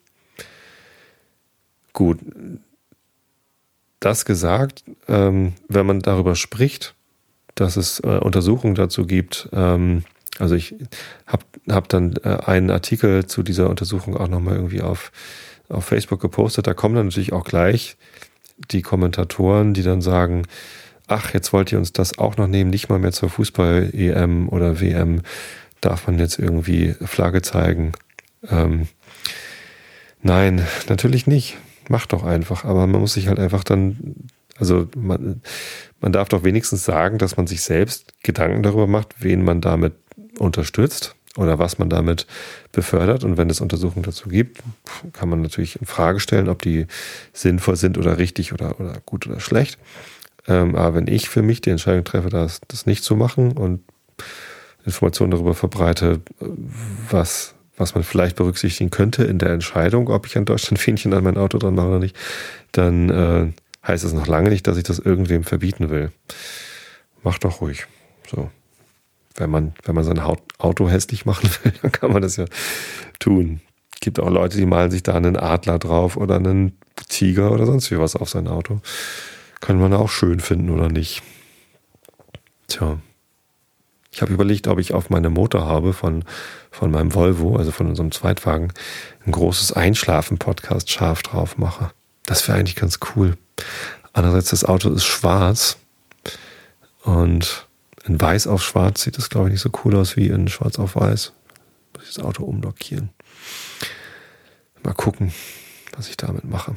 gut, das gesagt, ähm, wenn man darüber spricht, dass es äh, Untersuchungen dazu gibt, ähm, also ich habe hab dann äh, einen Artikel zu dieser Untersuchung auch nochmal irgendwie auf, auf Facebook gepostet, da kommen dann natürlich auch gleich die Kommentatoren, die dann sagen, ach, jetzt wollt ihr uns das auch noch nehmen, nicht mal mehr zur Fußball-E M oder W M darf man jetzt irgendwie Flagge zeigen. Ähm, nein, natürlich nicht. Macht doch einfach, aber man muss sich halt einfach dann, also man, man darf doch wenigstens sagen, dass man sich selbst Gedanken darüber macht, wen man damit unterstützt oder was man damit befördert. Und wenn es Untersuchungen dazu gibt, kann man natürlich in Frage stellen, ob die sinnvoll sind oder richtig oder, oder gut oder schlecht. Ähm, aber wenn ich für mich die Entscheidung treffe, das, das nicht zu machen und Informationen darüber verbreite, was, was man vielleicht berücksichtigen könnte in der Entscheidung, ob ich ein Deutschlandfähnchen an mein Auto dran mache oder nicht, dann äh, heißt es noch lange nicht, dass ich das irgendwem verbieten will. Macht doch ruhig. So. Wenn man, wenn man sein Auto hässlich machen will, dann kann man das ja tun. Es gibt auch Leute, die malen sich da einen Adler drauf oder einen Tiger oder sonst wie was auf sein Auto. Kann man auch schön finden oder nicht. Tja. Ich habe überlegt, ob ich auf meine Motorhaube von, von meinem Volvo, also von unserem Zweitwagen, ein großes Einschlafen-Podcast scharf drauf mache. Das wäre eigentlich ganz cool. Andererseits, das Auto ist schwarz und in weiß auf schwarz sieht das, glaube ich, nicht so cool aus wie in schwarz auf weiß. Muss ich das Auto umlackieren. Mal gucken, was ich damit mache.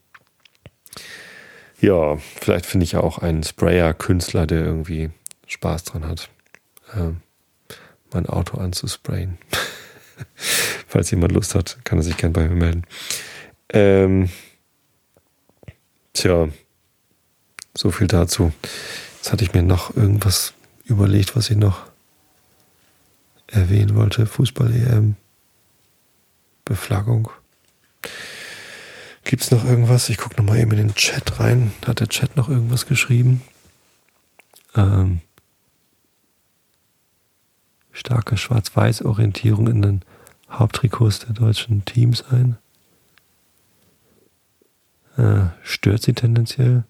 Ja, vielleicht finde ich ja auch einen Sprayer-Künstler, der irgendwie Spaß dran hat, äh, mein Auto anzusprayen. Falls jemand Lust hat, kann er sich gerne bei mir melden. Ähm, tja, so viel dazu. Jetzt hatte ich mir noch irgendwas überlegt, was ich noch erwähnen wollte. Fußball-E M, Beflaggung. Gibt es noch irgendwas? Ich gucke nochmal eben in den Chat rein. Hat der Chat noch irgendwas geschrieben? Ähm, starke Schwarz-Weiß-Orientierung in den Haupttrikots der deutschen Teams ein. Äh, stört sie tendenziell?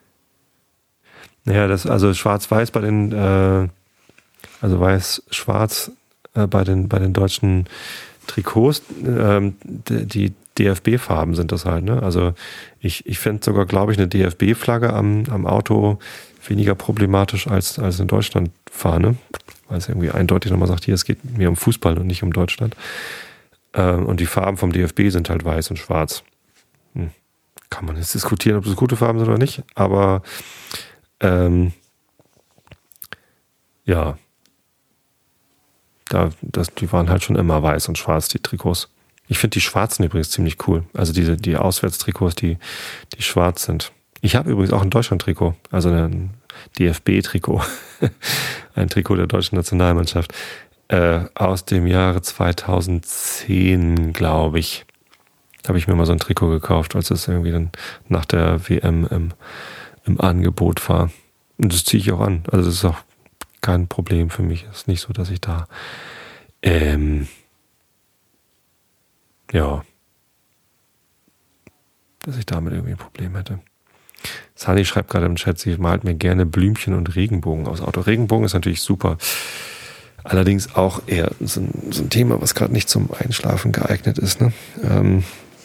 Naja, das, also Schwarz-Weiß bei den, äh, also Weiß-Schwarz äh, bei den, bei den deutschen Trikots, äh, die D F B-Farben sind das halt, ne? Also ich, ich fände sogar, glaube ich, eine D F B-Flagge am, am Auto weniger problematisch als, als eine Deutschland-Fahne, weil es irgendwie eindeutig nochmal sagt, hier, es geht mir um Fußball und nicht um Deutschland. Äh, und die Farben vom D F B sind halt weiß und schwarz. Hm. Kann man jetzt diskutieren, ob das gute Farben sind oder nicht, aber ähm, ja, da, das, die waren halt schon immer weiß und schwarz, die Trikots. Ich finde die schwarzen übrigens ziemlich cool. Also diese, die Auswärtstrikots, die, die schwarz sind. Ich habe übrigens auch ein Deutschland-Trikot, also ein D F B-Trikot. Ein Trikot der deutschen Nationalmannschaft. Äh, aus dem Jahre zweitausendzehn, glaube ich. Da habe ich mir mal so ein Trikot gekauft, als es irgendwie dann nach der W M im, im Angebot war. Und das ziehe ich auch an. Also das ist auch kein Problem für mich. Es ist nicht so, dass ich da ähm, ja, dass ich damit irgendwie ein Problem hätte. Sani schreibt gerade im Chat, sie malt mir gerne Blümchen und Regenbogen aus Auto. Regenbogen ist natürlich super. Allerdings auch eher so ein, so ein Thema, was gerade nicht zum Einschlafen geeignet ist. Ne? Ähm,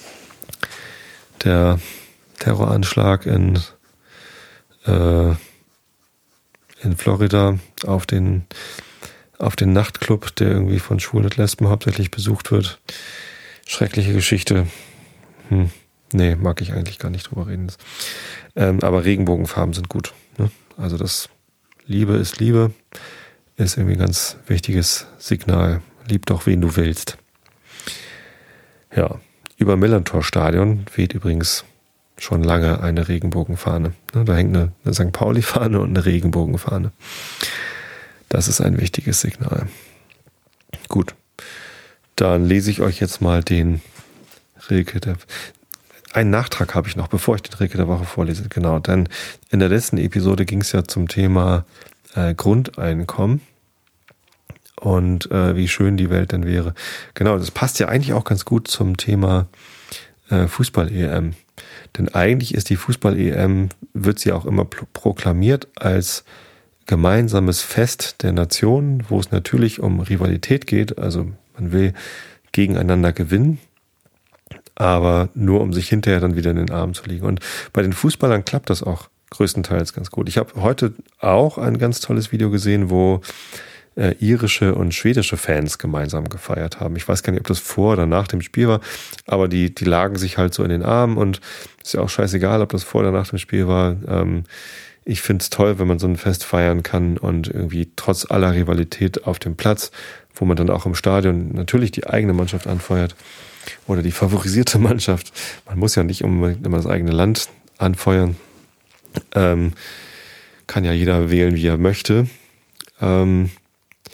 der Terroranschlag in, äh, in Florida auf den, auf den Nachtclub, der irgendwie von Schwulen und Lesben hauptsächlich besucht wird. Schreckliche Geschichte. Hm. Nee, mag ich eigentlich gar nicht drüber reden. Ähm, aber Regenbogenfarben sind gut. Ne? Also das Liebe ist Liebe ist irgendwie ein ganz wichtiges Signal. Lieb doch, wen du willst. Ja, über Millantor-Stadion weht übrigens schon lange eine Regenbogenfahne. Ne? Da hängt eine, eine Sankt Pauli-Fahne und eine Regenbogenfahne. Das ist ein wichtiges Signal. Gut. Dann lese ich euch jetzt mal den Rilke der... Einen Nachtrag habe ich noch, bevor ich den Rilke der Woche vorlese. Genau, denn in der letzten Episode ging es ja zum Thema äh, Grundeinkommen und äh, wie schön die Welt denn wäre. Genau, das passt ja eigentlich auch ganz gut zum Thema äh, Fußball-E M. Denn eigentlich ist die Fußball-E M, wird sie auch immer pro- proklamiert als gemeinsames Fest der Nationen, wo es natürlich um Rivalität geht, also man will gegeneinander gewinnen, aber nur um sich hinterher dann wieder in den Armen zu liegen. Und bei den Fußballern klappt das auch größtenteils ganz gut. Ich habe heute auch ein ganz tolles Video gesehen, wo äh, irische und schwedische Fans gemeinsam gefeiert haben. Ich weiß gar nicht, ob das vor oder nach dem Spiel war, aber die, die lagen sich halt so in den Armen und ist ja auch scheißegal, ob das vor oder nach dem Spiel war. Ähm, ich finde es toll, wenn man so ein Fest feiern kann und irgendwie trotz aller Rivalität auf dem Platz, wo man dann auch im Stadion natürlich die eigene Mannschaft anfeuert, oder die favorisierte Mannschaft. Man muss ja nicht unbedingt immer das eigene Land anfeuern. Ähm, kann ja jeder wählen, wie er möchte. Ähm,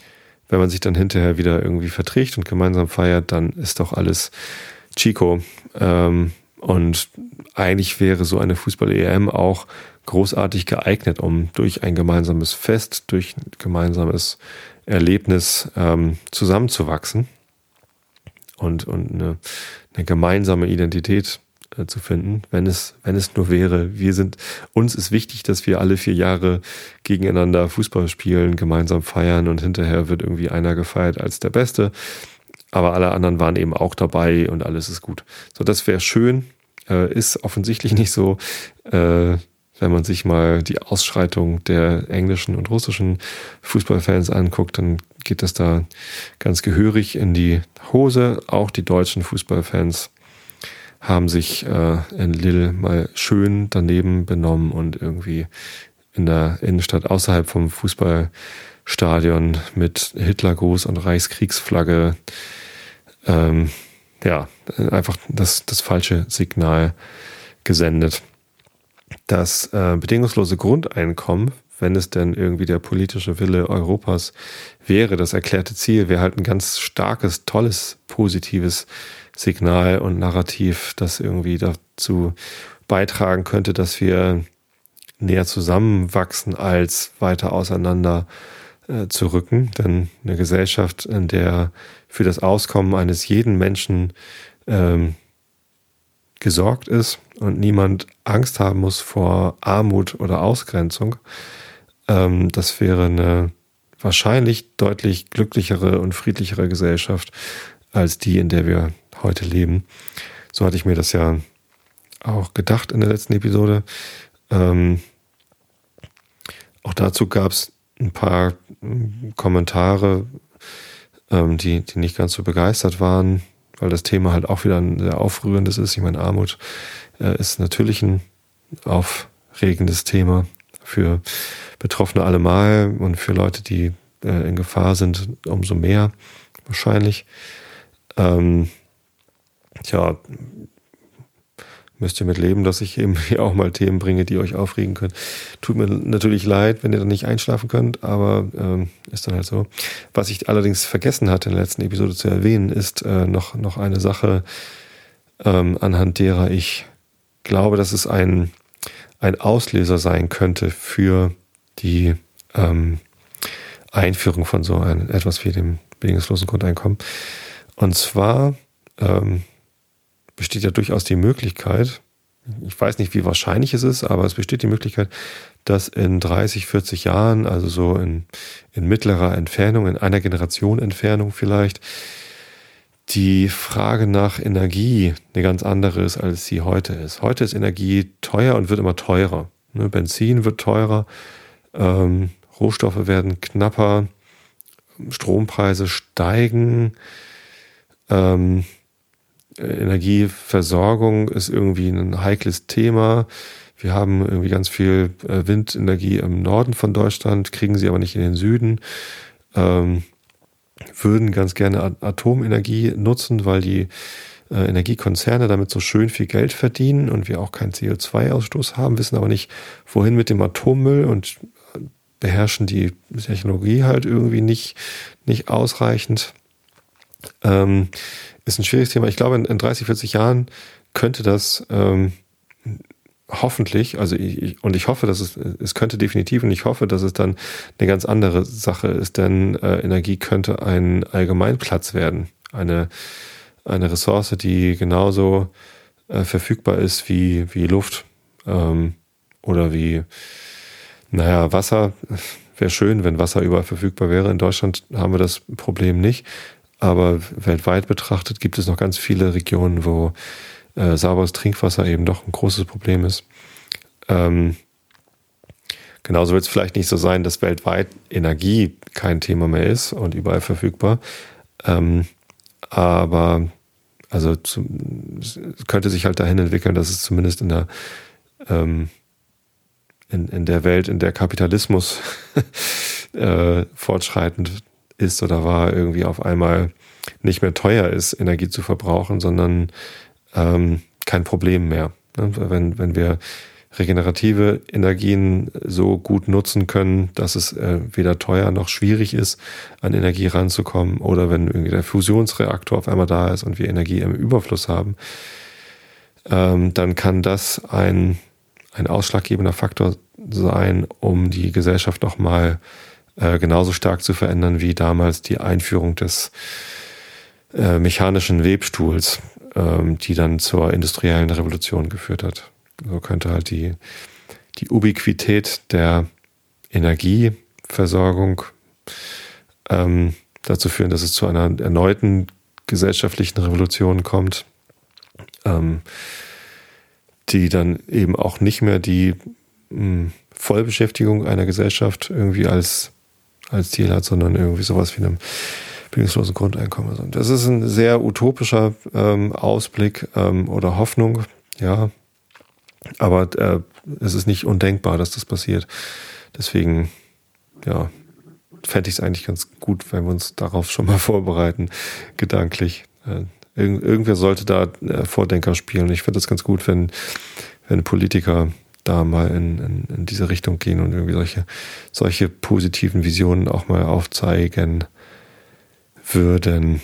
wenn man sich dann hinterher wieder irgendwie verträgt und gemeinsam feiert, dann ist doch alles Chico. Ähm, und eigentlich wäre so eine Fußball-E M auch großartig geeignet, um durch ein gemeinsames Fest, durch ein gemeinsames Erlebnis ähm, zusammenzuwachsen und, und eine, eine gemeinsame Identität äh, zu finden, wenn es, wenn es nur wäre. Wir sind, uns ist wichtig, dass wir alle vier Jahre gegeneinander Fußball spielen, gemeinsam feiern und hinterher wird irgendwie einer gefeiert als der Beste. Aber alle anderen waren eben auch dabei und alles ist gut. So, das wäre schön, äh, ist offensichtlich nicht so. Äh, wenn man sich mal die Ausschreitung der englischen und russischen Fußballfans anguckt, dann geht das da ganz gehörig in die Hose. Auch die deutschen Fußballfans haben sich äh, in Lille mal schön daneben benommen und irgendwie in der Innenstadt außerhalb vom Fußballstadion mit Hitlergruß und Reichskriegsflagge ähm, ja, einfach das, das falsche Signal gesendet. Das äh, bedingungslose Grundeinkommen, wenn es denn irgendwie der politische Wille Europas wäre, das erklärte Ziel, wäre halt ein ganz starkes, tolles, positives Signal und Narrativ, das irgendwie dazu beitragen könnte, dass wir näher zusammenwachsen, als weiter auseinander äh, zu rücken. Denn eine Gesellschaft, in der für das Auskommen eines jeden Menschen ähm, gesorgt ist und niemand Angst haben muss vor Armut oder Ausgrenzung, ähm, das wäre eine wahrscheinlich deutlich glücklichere und friedlichere Gesellschaft als die, in der wir heute leben. So hatte ich mir das ja auch gedacht in der letzten Episode. Ähm, auch dazu gab es ein paar Kommentare, ähm, die, die nicht ganz so begeistert waren, weil das Thema halt auch wieder ein sehr aufrührendes ist. Ich meine, Armut äh, ist natürlich ein aufregendes Thema für Betroffene allemal und für Leute, die äh, in Gefahr sind, umso mehr wahrscheinlich. Ähm, tja, müsst ihr mit leben, dass ich eben hier auch mal Themen bringe, die euch aufregen können. Tut mir natürlich leid, wenn ihr dann nicht einschlafen könnt, aber ähm, ist dann halt so. Was ich allerdings vergessen hatte in der letzten Episode zu erwähnen, ist äh, noch, noch eine Sache, ähm, anhand derer ich glaube, dass es ein, ein Auslöser sein könnte für die ähm, Einführung von so ein, etwas wie dem bedingungslosen Grundeinkommen. Und zwar ähm, besteht ja durchaus die Möglichkeit, ich weiß nicht, wie wahrscheinlich es ist, aber es besteht die Möglichkeit, dass in dreißig, vierzig Jahren, also so in, in mittlerer Entfernung, in einer Generation Entfernung vielleicht, die Frage nach Energie eine ganz andere ist, als sie heute ist. Heute ist Energie teuer und wird immer teurer. Ne, Benzin wird teurer, ähm, Rohstoffe werden knapper, Strompreise steigen, ähm, Energieversorgung ist irgendwie ein heikles Thema. Wir haben irgendwie ganz viel Windenergie im Norden von Deutschland, kriegen sie aber nicht in den Süden. Ähm, würden ganz gerne Atomenergie nutzen, weil die äh, Energiekonzerne damit so schön viel Geld verdienen und wir auch keinen C O zwei Ausstoß haben, wissen aber nicht, wohin mit dem Atommüll und beherrschen die Technologie halt irgendwie nicht, nicht ausreichend. Ähm, ist ein schwieriges Thema. Ich glaube, in, in dreißig, vierzig Jahren könnte das ähm, hoffentlich, also ich, ich, und ich hoffe, dass es, es könnte definitiv und ich hoffe, dass es dann eine ganz andere Sache ist, denn äh, Energie könnte ein Allgemeinplatz werden. Eine, eine Ressource, die genauso äh, verfügbar ist wie, wie Luft ähm, oder wie, naja, Wasser. Wäre schön, wenn Wasser überall verfügbar wäre. In Deutschland haben wir das Problem nicht. Aber weltweit betrachtet gibt es noch ganz viele Regionen, wo äh, sauberes Trinkwasser eben doch ein großes Problem ist. Ähm, genauso wird es vielleicht nicht so sein, dass weltweit Energie kein Thema mehr ist und überall verfügbar. Ähm, aber also zu, es könnte sich halt dahin entwickeln, dass es zumindest in der ähm, in, in der Welt, in der Kapitalismus äh, fortschreitend ist oder war, irgendwie auf einmal nicht mehr teuer ist, Energie zu verbrauchen, sondern ähm, kein Problem mehr. Ne? Wenn, wenn wir regenerative Energien so gut nutzen können, dass es äh, weder teuer noch schwierig ist, an Energie ranzukommen, oder wenn irgendwie der Fusionsreaktor auf einmal da ist und wir Energie im Überfluss haben, ähm, dann kann das ein, ein ausschlaggebender Faktor sein, um die Gesellschaft nochmal äh, genauso stark zu verändern wie damals die Einführung des äh, mechanischen Webstuhls, ähm, die dann zur industriellen Revolution geführt hat. So könnte halt die, die Ubiquität der Energieversorgung ähm, dazu führen, dass es zu einer erneuten gesellschaftlichen Revolution kommt, ähm, die dann eben auch nicht mehr die mh, Vollbeschäftigung einer Gesellschaft irgendwie als, als Ziel hat, sondern irgendwie sowas wie einem bedingungslosen Grundeinkommen. Und das ist ein sehr utopischer ähm, Ausblick ähm, oder Hoffnung, ja. Aber äh, es ist nicht undenkbar, dass das passiert. Deswegen, ja, fände ich es eigentlich ganz gut, wenn wir uns darauf schon mal vorbereiten, gedanklich. Äh, irgend, irgendwer sollte da äh, Vordenker spielen. Ich finde das ganz gut, wenn, wenn Politiker da mal in, in, in diese Richtung gehen und irgendwie solche, solche positiven Visionen auch mal aufzeigen würden.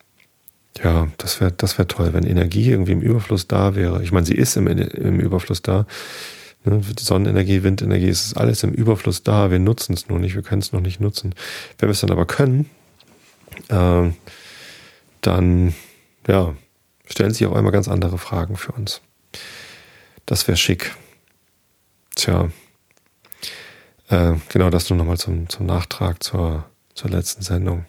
Ja, das wäre das wär toll, wenn Energie irgendwie im Überfluss da wäre. Ich meine, sie ist im, im Überfluss da. Ne? Sonnenenergie, Windenergie, es ist alles im Überfluss da. Wir nutzen es nur nicht, wir können es noch nicht nutzen. Wenn wir es dann aber können, äh, dann ja, stellen sich auf einmal ganz andere Fragen für uns. Das wäre schick. Tja, äh, genau das nur nochmal zum, zum Nachtrag zur, zur letzten Sendung.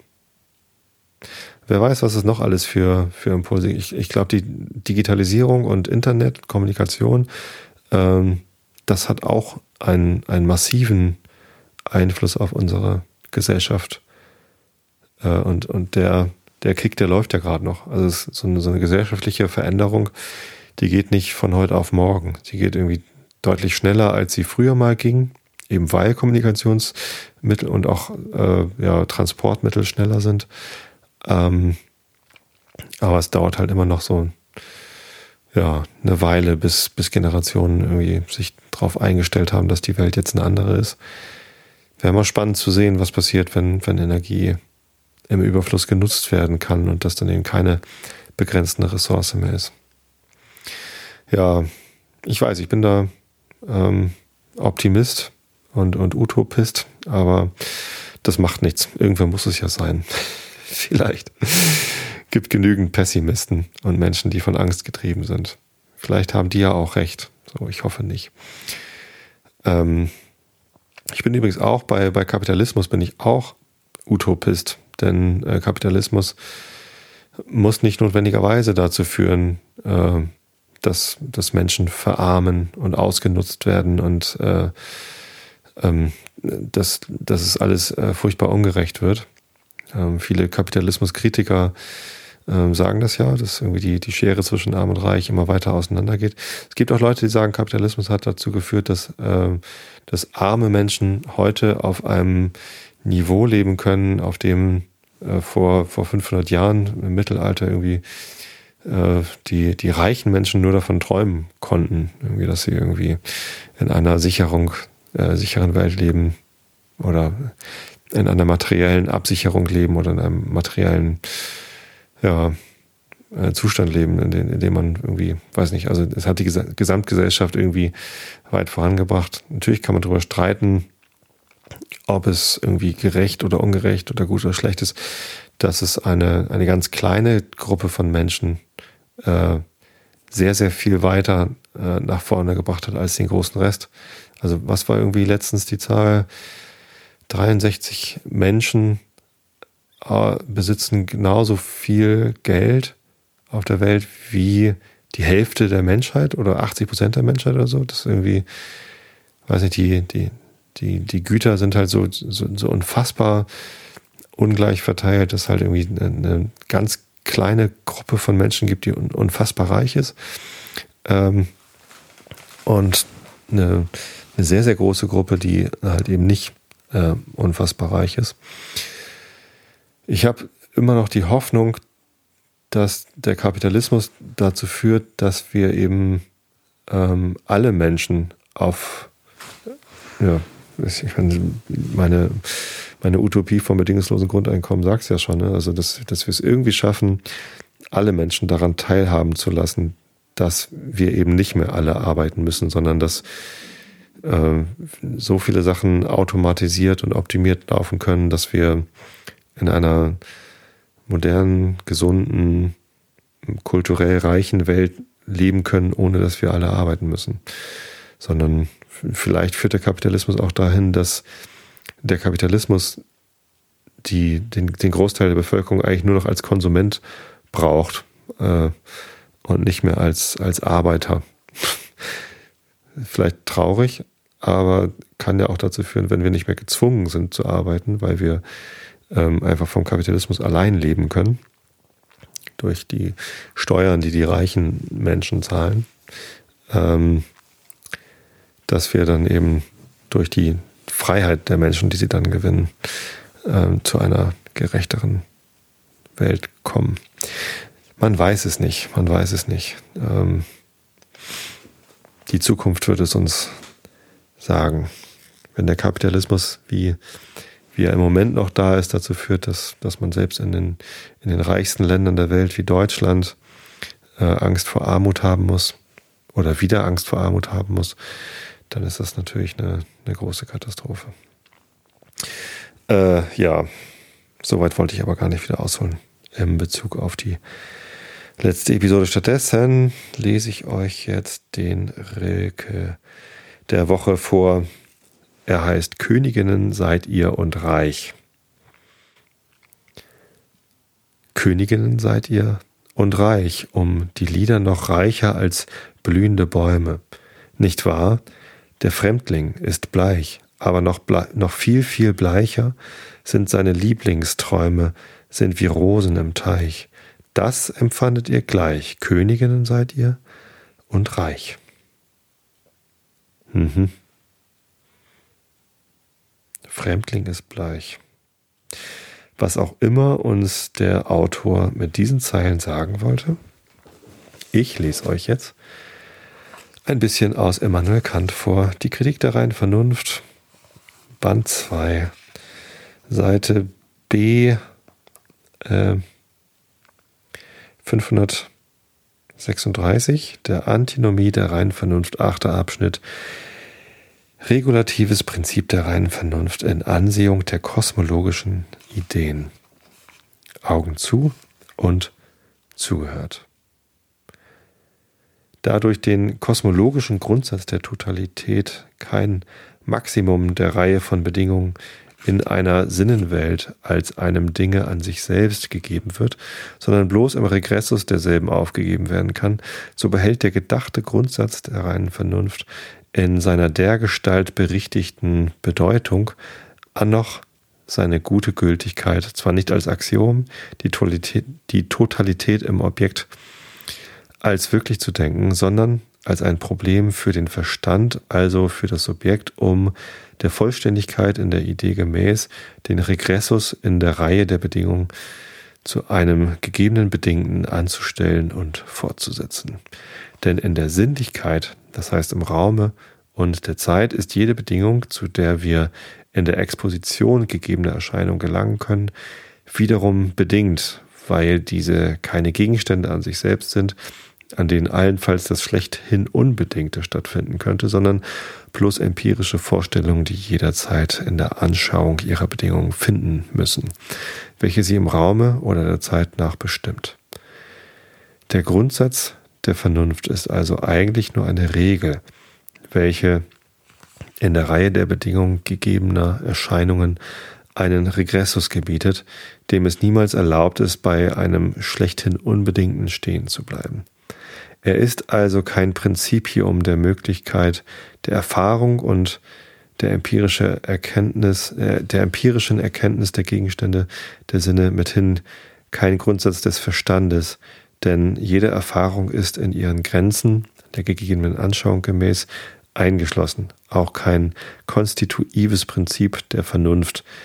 Wer weiß, was es noch alles für, für Impulse gibt. Ich, ich glaube, die Digitalisierung und Internet, Kommunikation, ähm, das hat auch einen, einen massiven Einfluss auf unsere Gesellschaft. Äh, und und der, der Kick, der läuft ja gerade noch. Also es ist so eine, so eine gesellschaftliche Veränderung, die geht nicht von heute auf morgen. Sie geht irgendwie deutlich schneller, als sie früher mal ging, eben weil Kommunikationsmittel und auch äh, ja, Transportmittel schneller sind. Ähm, aber es dauert halt immer noch so ja, eine Weile, bis, bis Generationen irgendwie sich darauf eingestellt haben, dass die Welt jetzt eine andere ist. Wäre mal spannend zu sehen, was passiert, wenn, wenn Energie im Überfluss genutzt werden kann und das dann eben keine begrenzende Ressource mehr ist. Ja, ich weiß, ich bin da ähm, Optimist und, und Utopist, aber das macht nichts. Irgendwer muss es ja sein. Vielleicht gibt genügend Pessimisten und Menschen, die von Angst getrieben sind. Vielleicht haben die ja auch recht. So, ich hoffe nicht. Ähm, ich bin übrigens auch bei, bei Kapitalismus bin ich auch Utopist, denn äh, Kapitalismus muss nicht notwendigerweise dazu führen, äh, dass, dass Menschen verarmen und ausgenutzt werden und äh, ähm, dass, dass es alles äh, furchtbar ungerecht wird. Ähm, viele Kapitalismuskritiker ähm, sagen das ja, dass irgendwie die, die Schere zwischen Arm und Reich immer weiter auseinandergeht. Es gibt auch Leute, die sagen, Kapitalismus hat dazu geführt, dass, äh, dass arme Menschen heute auf einem Niveau leben können, auf dem äh, vor, vor fünfhundert Jahren im Mittelalter irgendwie äh, die, die reichen Menschen nur davon träumen konnten, irgendwie, dass sie irgendwie in einer Sicherung, äh, sicheren Welt leben oder in einer materiellen Absicherung leben oder in einem materiellen ja, Zustand leben, in dem, in dem man irgendwie, weiß nicht, also es hat die Gesamtgesellschaft irgendwie weit vorangebracht. Natürlich kann man darüber streiten, ob es irgendwie gerecht oder ungerecht oder gut oder schlecht ist, dass es eine, eine ganz kleine Gruppe von Menschen äh, sehr, sehr viel weiter äh, nach vorne gebracht hat als den großen Rest. Also was war irgendwie letztens die Zahl? dreiundsechzig Menschen äh, besitzen genauso viel Geld auf der Welt wie die Hälfte der Menschheit oder achtzig Prozent der Menschheit oder so. Das ist irgendwie, weiß nicht, die, die, die, die Güter sind halt so, so, so unfassbar ungleich verteilt, dass halt irgendwie eine, eine ganz kleine Gruppe von Menschen gibt, die un, unfassbar reich ist. Ähm, und eine, eine sehr, sehr große Gruppe, die halt eben nicht Äh, unfassbar reich ist. Ich habe immer noch die Hoffnung, dass der Kapitalismus dazu führt, dass wir eben ähm, alle Menschen auf, ja, ich meine, meine, meine Utopie vom bedingungslosen Grundeinkommen sagt es ja schon, ne? Also, dass, dass wir es irgendwie schaffen, alle Menschen daran teilhaben zu lassen, dass wir eben nicht mehr alle arbeiten müssen, sondern dass äh, so viele Sachen automatisiert und optimiert laufen können, dass wir in einer modernen, gesunden, kulturell reichen Welt leben können, ohne dass wir alle arbeiten müssen. Sondern vielleicht führt der Kapitalismus auch dahin, dass der Kapitalismus die, den, den Großteil der Bevölkerung eigentlich nur noch als Konsument braucht äh, und nicht mehr als, als Arbeiter. Vielleicht traurig, aber kann ja auch dazu führen, wenn wir nicht mehr gezwungen sind zu arbeiten, weil wir ähm, einfach vom Kapitalismus allein leben können, durch die Steuern, die die reichen Menschen zahlen, ähm, dass wir dann eben durch die Freiheit der Menschen, die sie dann gewinnen, ähm, zu einer gerechteren Welt kommen. Man weiß es nicht, man weiß es nicht. Ähm, die Zukunft wird es uns sagen. Wenn der Kapitalismus, wie, wie er im Moment noch da ist, dazu führt, dass, dass man selbst in den, in den reichsten Ländern der Welt wie Deutschland äh, Angst vor Armut haben muss oder wieder Angst vor Armut haben muss, dann ist das natürlich eine, eine große Katastrophe. Äh, ja, soweit wollte ich aber gar nicht wieder ausholen in Bezug auf die letzte Episode. Stattdessen lese ich euch jetzt den Rilke der Woche vor. Er heißt Königinnen seid ihr und reich. Königinnen seid ihr und reich, um die Lieder noch reicher als blühende Bäume. Nicht wahr? Der Fremdling ist bleich, aber noch, ble- noch viel, viel bleicher sind seine Lieblingsträume, sind wie Rosen im Teich. Das empfandet ihr gleich. Königinnen seid ihr und reich. Mhm. Fremdling ist bleich. Was auch immer uns der Autor mit diesen Zeilen sagen wollte, ich lese euch jetzt ein bisschen aus Immanuel Kant vor. Die Kritik der reinen Vernunft, Band zwei, Seite B, äh, fünfhundertsechsunddreißig, der Antinomie der reinen Vernunft, achter Abschnitt, regulatives Prinzip der reinen Vernunft in Ansehung der kosmologischen Ideen. Augen zu und zugehört. Da durch den kosmologischen Grundsatz der Totalität kein Maximum der Reihe von Bedingungen in einer Sinnenwelt als einem Dinge an sich selbst gegeben wird, sondern bloß im Regressus derselben aufgegeben werden kann, so behält der gedachte Grundsatz der reinen Vernunft in seiner dergestalt berichtigten Bedeutung annoch seine gute Gültigkeit, zwar nicht als Axiom, die Totalität, die Totalität im Objekt als wirklich zu denken, sondern als ein Problem für den Verstand, also für das Subjekt, um der Vollständigkeit in der Idee gemäß den Regressus in der Reihe der Bedingungen zu einem gegebenen Bedingten anzustellen und fortzusetzen. Denn in der Sinnlichkeit, das heißt im Raume und der Zeit, ist jede Bedingung, zu der wir in der Exposition gegebene Erscheinung gelangen können, wiederum bedingt, weil diese keine Gegenstände an sich selbst sind, an denen allenfalls das schlechthin Unbedingte stattfinden könnte, sondern bloß empirische Vorstellungen, die jederzeit in der Anschauung ihrer Bedingungen finden müssen, welche sie im Raume oder der Zeit nach bestimmt. Der Grundsatz der Vernunft ist also eigentlich nur eine Regel, welche in der Reihe der Bedingungen gegebener Erscheinungen einen Regressus gebietet, dem es niemals erlaubt ist, bei einem schlechthin Unbedingten stehen zu bleiben. Er ist also kein Prinzipium der Möglichkeit der Erfahrung und der empirische Erkenntnis, äh, der empirischen Erkenntnis der Gegenstände der Sinne, mithin kein Grundsatz des Verstandes, denn jede Erfahrung ist in ihren Grenzen der gegebenen Anschauung gemäß eingeschlossen, auch kein konstitutives Prinzip der Vernunft,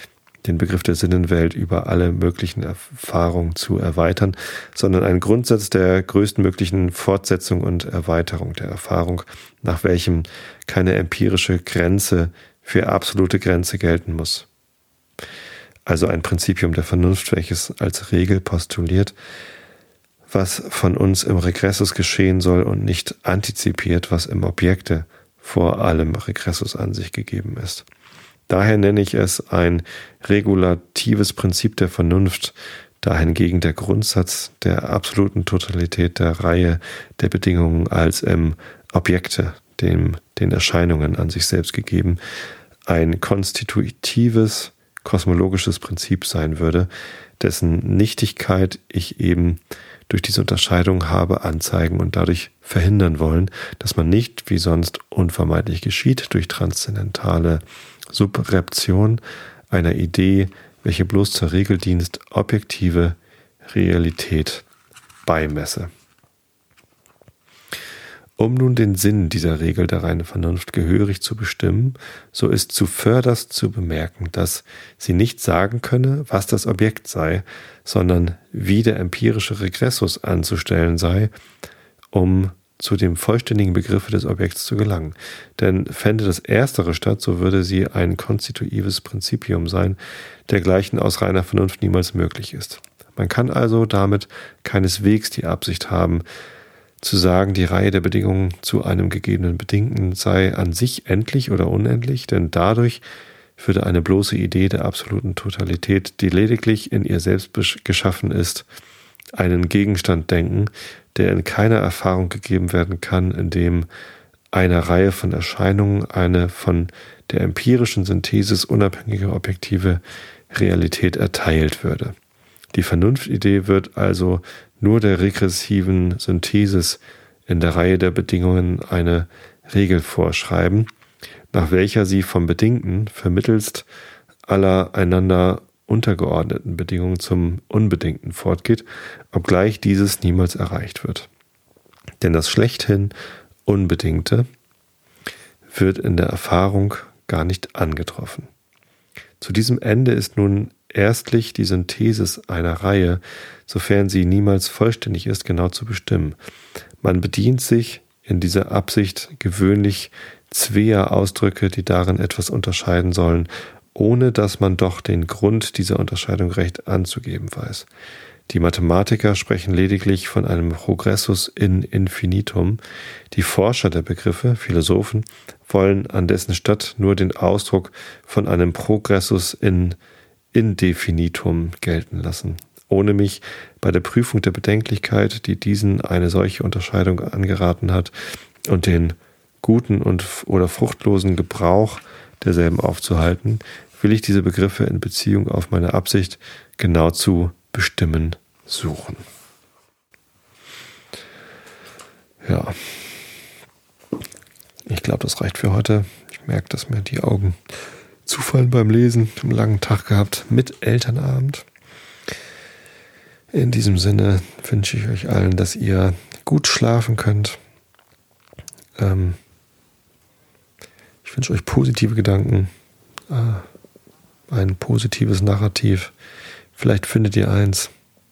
den Begriff der Sinnenwelt über alle möglichen Erfahrungen zu erweitern, sondern ein Grundsatz der größtmöglichen Fortsetzung und Erweiterung der Erfahrung, nach welchem keine empirische Grenze für absolute Grenze gelten muss. Also ein Prinzipium der Vernunft, welches als Regel postuliert, was von uns im Regressus geschehen soll und nicht antizipiert, was im Objekte vor allem Regressus an sich gegeben ist. Daher nenne ich es ein regulatives Prinzip der Vernunft, da hingegen der Grundsatz der absoluten Totalität der Reihe der Bedingungen als im Objekte, dem, den Erscheinungen an sich selbst gegeben, ein konstitutives, kosmologisches Prinzip sein würde, dessen Nichtigkeit ich eben durch diese Unterscheidung habe anzeigen und dadurch verhindern wollen, dass man nicht, wie sonst unvermeidlich geschieht, durch transzendentale Subreption einer Idee, welche bloß zur Regel dient, objektive Realität beimesse. Um nun den Sinn dieser Regel der reinen Vernunft gehörig zu bestimmen, so ist zuvörderst zu bemerken, dass sie nicht sagen könne, was das Objekt sei, sondern wie der empirische Regressus anzustellen sei, um zu dem vollständigen Begriff des Objekts zu gelangen. Denn fände das Erstere statt, so würde sie ein konstitutives Prinzipium sein, dergleichen aus reiner Vernunft niemals möglich ist. Man kann also damit keineswegs die Absicht haben, zu sagen, die Reihe der Bedingungen zu einem gegebenen Bedingten sei an sich endlich oder unendlich, denn dadurch würde eine bloße Idee der absoluten Totalität, die lediglich in ihr selbst geschaffen ist, einen Gegenstand denken, der in keiner Erfahrung gegeben werden kann, indem einer Reihe von Erscheinungen eine von der empirischen Synthesis unabhängige objektive Realität erteilt würde. Die Vernunftidee wird also nur der regressiven Synthesis in der Reihe der Bedingungen eine Regel vorschreiben, nach welcher sie vom Bedingten vermittelst aller einander untergeordneten Bedingungen zum Unbedingten fortgeht, obgleich dieses niemals erreicht wird. Denn das schlechthin Unbedingte wird in der Erfahrung gar nicht angetroffen. Zu diesem Ende ist nun erstlich die Synthesis einer Reihe, sofern sie niemals vollständig ist, genau zu bestimmen. Man bedient sich in dieser Absicht gewöhnlich zweier Ausdrücke, die darin etwas unterscheiden sollen, ohne dass man doch den Grund dieser Unterscheidung recht anzugeben weiß. Die Mathematiker sprechen lediglich von einem Progressus in infinitum. Die Forscher der Begriffe, Philosophen, wollen an dessen Statt nur den Ausdruck von einem Progressus in indefinitum gelten lassen, ohne mich bei der Prüfung der Bedenklichkeit, die diesen eine solche Unterscheidung angeraten hat, und den guten und oder fruchtlosen Gebrauch derselben aufzuhalten, will ich diese Begriffe in Beziehung auf meine Absicht genau zu bestimmen suchen. Ja, ich glaube, das reicht für heute. Ich merke, dass mir die Augen zufallen beim Lesen. Ich habe einen langen Tag gehabt mit Elternabend. In diesem Sinne wünsche ich euch allen, dass ihr gut schlafen könnt. Ähm, ich wünsche euch positive Gedanken, äh, ein positives Narrativ. Vielleicht findet ihr eins.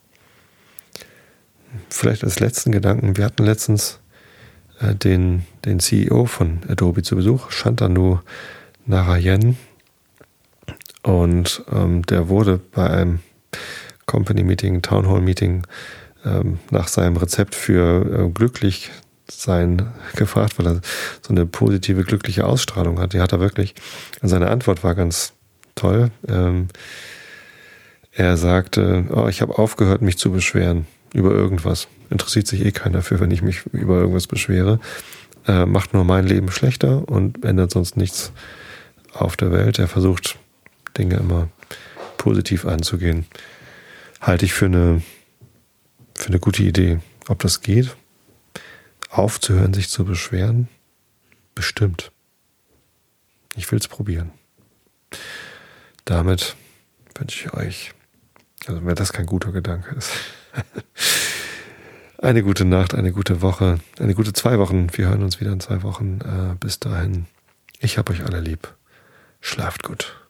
Vielleicht als letzten Gedanken. Wir hatten letztens äh, den, den C E O von Adobe zu Besuch, Shantanu Narayen. Und ähm, der wurde bei einem Company-Meeting, Town-Hall-Meeting ähm, nach seinem Rezept für äh, glücklich sein gefragt, weil er so eine positive, glückliche Ausstrahlung hat. Die hat er wirklich. Und seine Antwort war ganz toll. Ähm, er sagte, oh, ich habe aufgehört, mich zu beschweren über irgendwas. Interessiert sich eh keiner dafür, wenn ich mich über irgendwas beschwere. Äh, macht nur mein Leben schlechter und ändert sonst nichts auf der Welt. Er versucht, Dinge immer positiv anzugehen. Halte ich für eine, für eine gute Idee. Ob das geht? Aufzuhören, sich zu beschweren? Bestimmt. Ich will es probieren. Damit wünsche ich euch, also wenn das kein guter Gedanke ist, eine gute Nacht, eine gute Woche, eine gute zwei Wochen. Wir hören uns wieder in zwei Wochen. Bis dahin, ich hab euch alle lieb. Schlaft gut.